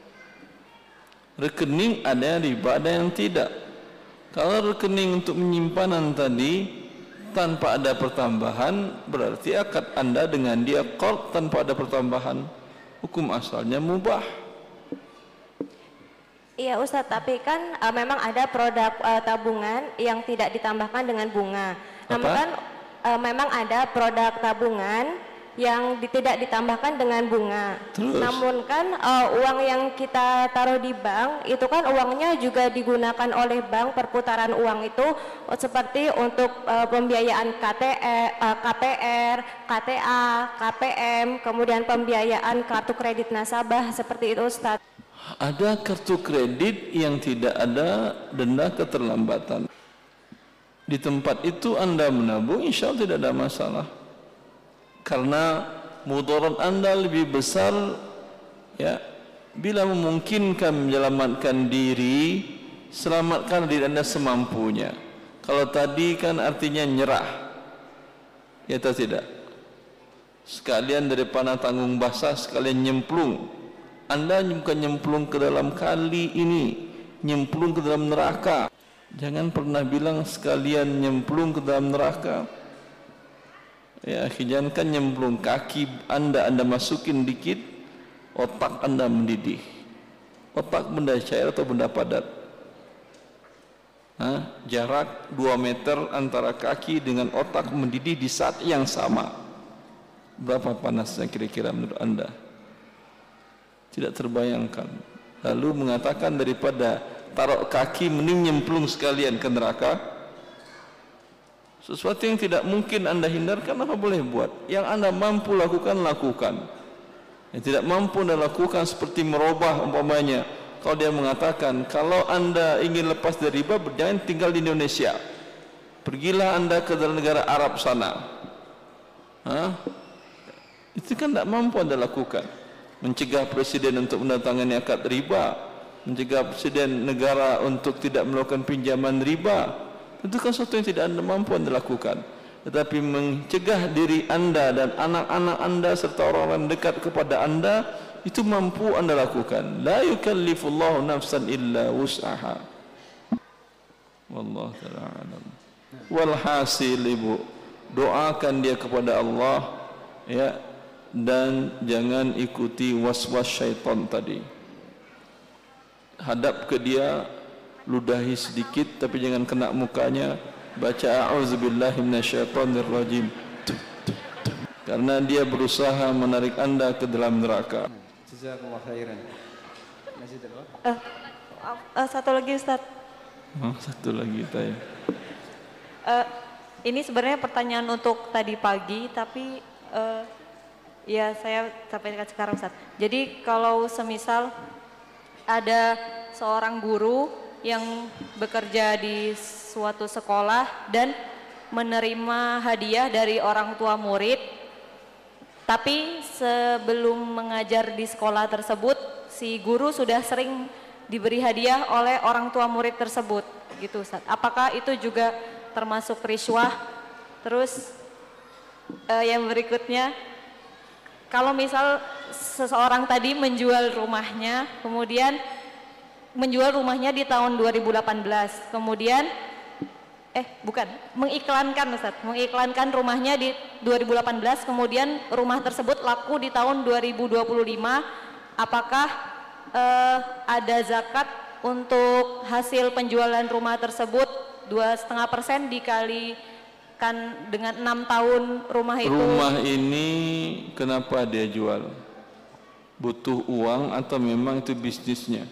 Rekening ada yang riba, ada yang tidak. Kalau rekening untuk penyimpanan tadi tanpa ada pertambahan, berarti akad Anda dengan dia qard tanpa ada pertambahan. Hukum asalnya mubah. Iya Ustaz, tapi kan memang ada produk tabungan yang tidak ditambahkan dengan bunga. Namun kan memang ada produk tabungan yang tidak ditambahkan dengan bunga. Terus? Namun kan uang yang kita taruh di bank itu kan uangnya juga digunakan oleh bank, perputaran uang itu seperti untuk pembiayaan KPR, KTA, KPM, kemudian pembiayaan kartu kredit nasabah, seperti itu Ustaz. Ada kartu kredit yang tidak ada denda keterlambatan. Di tempat itu Anda menabung, insya Allah tidak ada masalah. Karena mudarat Anda lebih besar, ya, bila memungkinkan menyelamatkan diri, selamatkan diri Anda semampunya. Kalau tadi kan artinya nyerah, ya atau tidak? Sekalian daripada tanggung basah, sekalian nyemplung. Anda bukan nyemplung ke dalam kali ini, nyemplung ke dalam neraka. Jangan pernah bilang sekalian nyemplung ke dalam neraka. Ya, jangan kan nyemplung, kaki Anda masukin dikit, otak Anda mendidih. Otak benda cair atau benda padat? Jarak 2 meter antara kaki dengan otak mendidih di saat yang sama. Berapa panasnya kira-kira menurut Anda? Tidak terbayangkan. Lalu mengatakan daripada taruh kaki mending nyemplung sekalian ke neraka. Sesuatu yang tidak mungkin Anda hindarkan, apa boleh buat? Yang Anda mampu lakukan, lakukan. Yang tidak mampu Anda lakukan seperti merubah umpamanya. Kalau dia mengatakan, kalau Anda ingin lepas dari riba, jangan tinggal di Indonesia. Pergilah Anda ke dalam negara Arab sana. Itu kan tidak mampu Anda lakukan. Mencegah presiden untuk mendatangani akad riba, mencegah presiden negara untuk tidak melakukan pinjaman riba, itu kan sesuatu yang tidak Anda mampu Anda lakukan. Tetapi mencegah diri Anda dan anak-anak Anda serta orang-orang dekat kepada Anda, itu mampu Anda lakukan. La yukallifullahu nafsan illa wus'aha. Wallahu ta'ala alam. Walhasil ibu, doakan dia kepada Allah, ya, dan jangan ikuti was-was syaitan tadi. Hadap ke dia, ludahi sedikit tapi jangan kena mukanya, baca a'udzubillahi minasyaitonirrajim, karena dia berusaha menarik Anda ke dalam neraka. Jazakallahu khairan. Masih terus? Satu lagi Ustaz. Satu lagi Taya. Ini sebenarnya pertanyaan untuk tadi pagi, tapi ya saya sampaikan sekarang Ustaz. Jadi kalau semisal ada seorang guru yang bekerja di suatu sekolah dan menerima hadiah dari orang tua murid, tapi sebelum mengajar di sekolah tersebut si guru sudah sering diberi hadiah oleh orang tua murid tersebut, gitu Ustaz. Apakah itu juga termasuk riswah? Terus yang berikutnya, kalau misal seseorang tadi menjual rumahnya, kemudian menjual rumahnya di tahun 2018, kemudian mengiklankan Ustaz, mengiklankan rumahnya di 2018, kemudian rumah tersebut laku di tahun 2025, apakah ada zakat untuk hasil penjualan rumah tersebut? 2,5% dikalikan dengan 6 tahun rumah itu. Rumah ini kenapa dia jual? Butuh uang atau memang itu bisnisnya?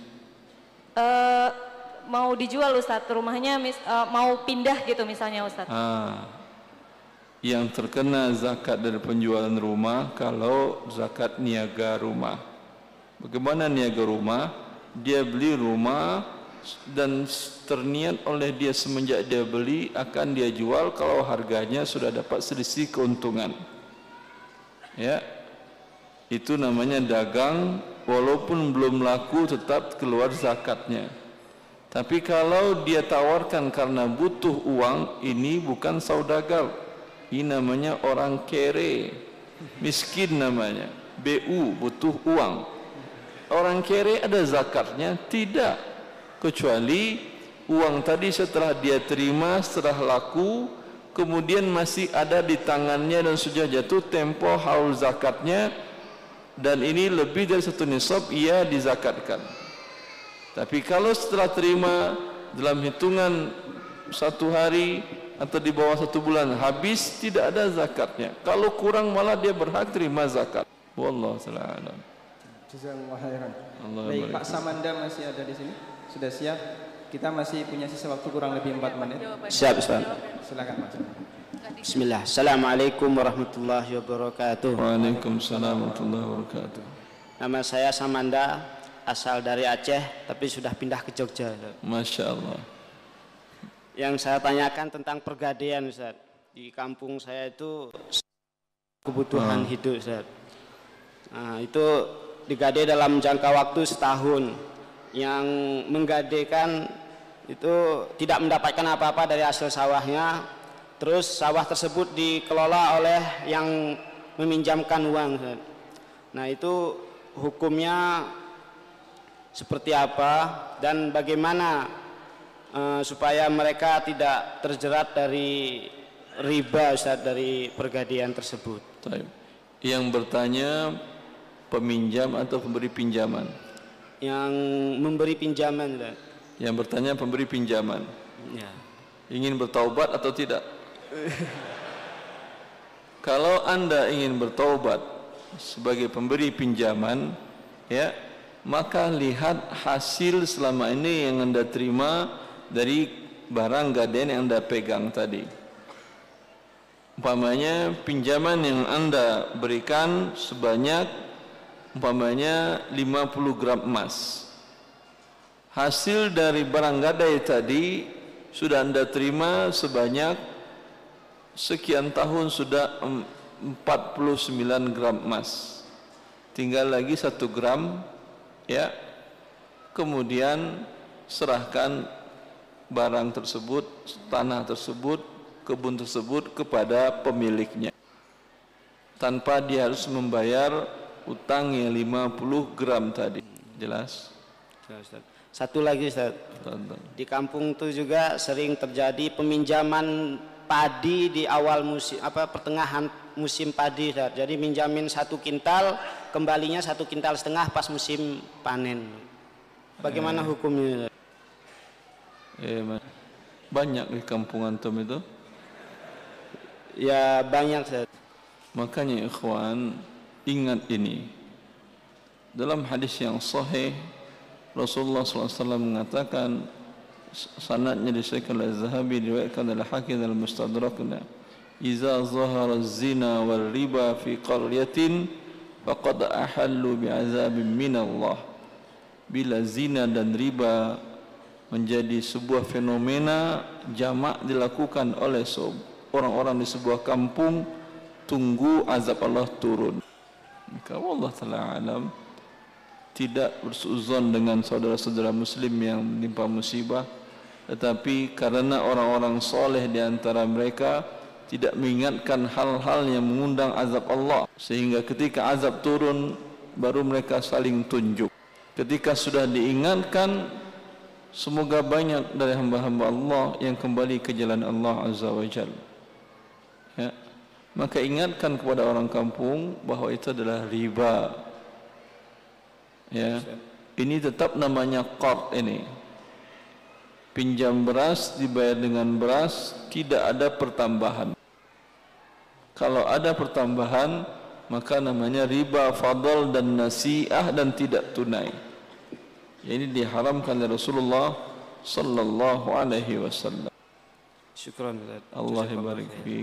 Mau dijual Ustaz, rumahnya mau pindah gitu misalnya Ustaz. Yang terkena zakat dari penjualan rumah kalau zakat niaga rumah. Bagaimana niaga rumah? Dia beli rumah dan terniat oleh dia semenjak dia beli akan dia jual kalau harganya sudah dapat selisih keuntungan. Ya, itu namanya dagang, walaupun belum laku tetap keluar zakatnya. Tapi kalau dia tawarkan karena butuh uang, ini bukan saudagar. Ini namanya orang kere, miskin namanya. BU, butuh uang. Orang kere ada zakatnya? Tidak. Kecuali uang tadi setelah dia terima, setelah laku, kemudian masih ada di tangannya dan sudah jatuh tempo haul zakatnya, dan ini lebih dari 1 nisab, ia dizakatkan. Tapi kalau setelah terima dalam hitungan 1 hari atau di bawah 1 bulan habis, tidak ada zakatnya. Kalau kurang malah dia berhak terima zakat. Wallahu ta'ala alam. Jazakallahu khairan. Baik, Pak Samanda masih ada di sini? Sudah siap? Kita masih punya sisa waktu kurang lebih 4 menit. Siap, Ustaz. Silakan, Mas. Bismillah. Assalamualaikum warahmatullahi wabarakatuh. Waalaikumsalam warahmatullahi wabarakatuh. Nama saya Samanda, asal dari Aceh, tapi sudah pindah ke Jogja. Masya Allah. Yang saya tanyakan tentang pergadaian, Ustaz. Di kampung saya itu kebutuhan hidup, Ustaz. Nah, itu digadai dalam jangka waktu setahun. Yang menggadaikan itu tidak mendapatkan apa-apa dari hasil sawahnya. Terus sawah tersebut dikelola oleh yang meminjamkan uang, Ustaz. Nah, itu hukumnya seperti apa dan bagaimana supaya mereka tidak terjerat dari riba, Ustaz, dari pergadaian tersebut. Yang bertanya peminjam atau pemberi pinjaman? Yang memberi pinjaman, Ustaz. Yang bertanya pemberi pinjaman. Ya. Ingin bertaubat atau tidak? Kalau Anda ingin bertaubat sebagai pemberi pinjaman, ya, maka lihat hasil selama ini yang Anda terima dari barang gadaian yang Anda pegang tadi. Umpamanya pinjaman yang Anda berikan sebanyak umpamanya 50 gram emas. Hasil dari barang gadai tadi sudah Anda terima sebanyak sekian tahun, sudah 49 gram emas. Tinggal lagi 1 gram, ya. Kemudian serahkan barang tersebut, tanah tersebut, kebun tersebut kepada pemiliknya, tanpa dia harus membayar utangnya 50 gram tadi. Jelas? Satu lagi, Ustaz. Di kampung itu juga sering terjadi peminjaman padi di awal musim, pertengahan musim padi, Ustaz. Jadi minjamin 1 kintal, kembalinya 1,5 kintal pas musim panen. Bagaimana hukumnya? Banyak di kampung antum itu? Ya banyak, Ustaz. Makanya ikhwan, ingat ini. Dalam hadis yang sahih, Rasulullah SAW mengatakan, sanadnya disahihkan oleh Az-Zahabi, diriwayatkan oleh Hakim dalam Mustadraknya, "Iza zahara az-zina wal riba fi qaryatin faqad ahallu bi'azabin min Allah." Bila zina dan riba menjadi sebuah fenomena jamak dilakukan oleh orang-orang di sebuah kampung, tunggu azab Allah turun. Maka Allah Ta'ala alam, tidak bersuzon dengan saudara-saudara muslim yang menimpa musibah, tetapi karena orang-orang soleh di antara mereka tidak mengingatkan hal-hal yang mengundang azab Allah, sehingga ketika azab turun baru mereka saling tunjuk. Ketika sudah diingatkan, semoga banyak dari hamba-hamba Allah yang kembali ke jalan Allah Azza wa Jalla, ya. Maka ingatkan kepada orang kampung bahwa itu adalah riba, ya. Ini tetap namanya qard ini. Pinjam beras dibayar dengan beras, tidak ada pertambahan. Kalau ada pertambahan, maka namanya riba fadl dan nasi'ah dan tidak tunai. Ini diharamkan oleh Rasulullah sallallahu alaihi wasallam. Syukran. Allah barik fiik.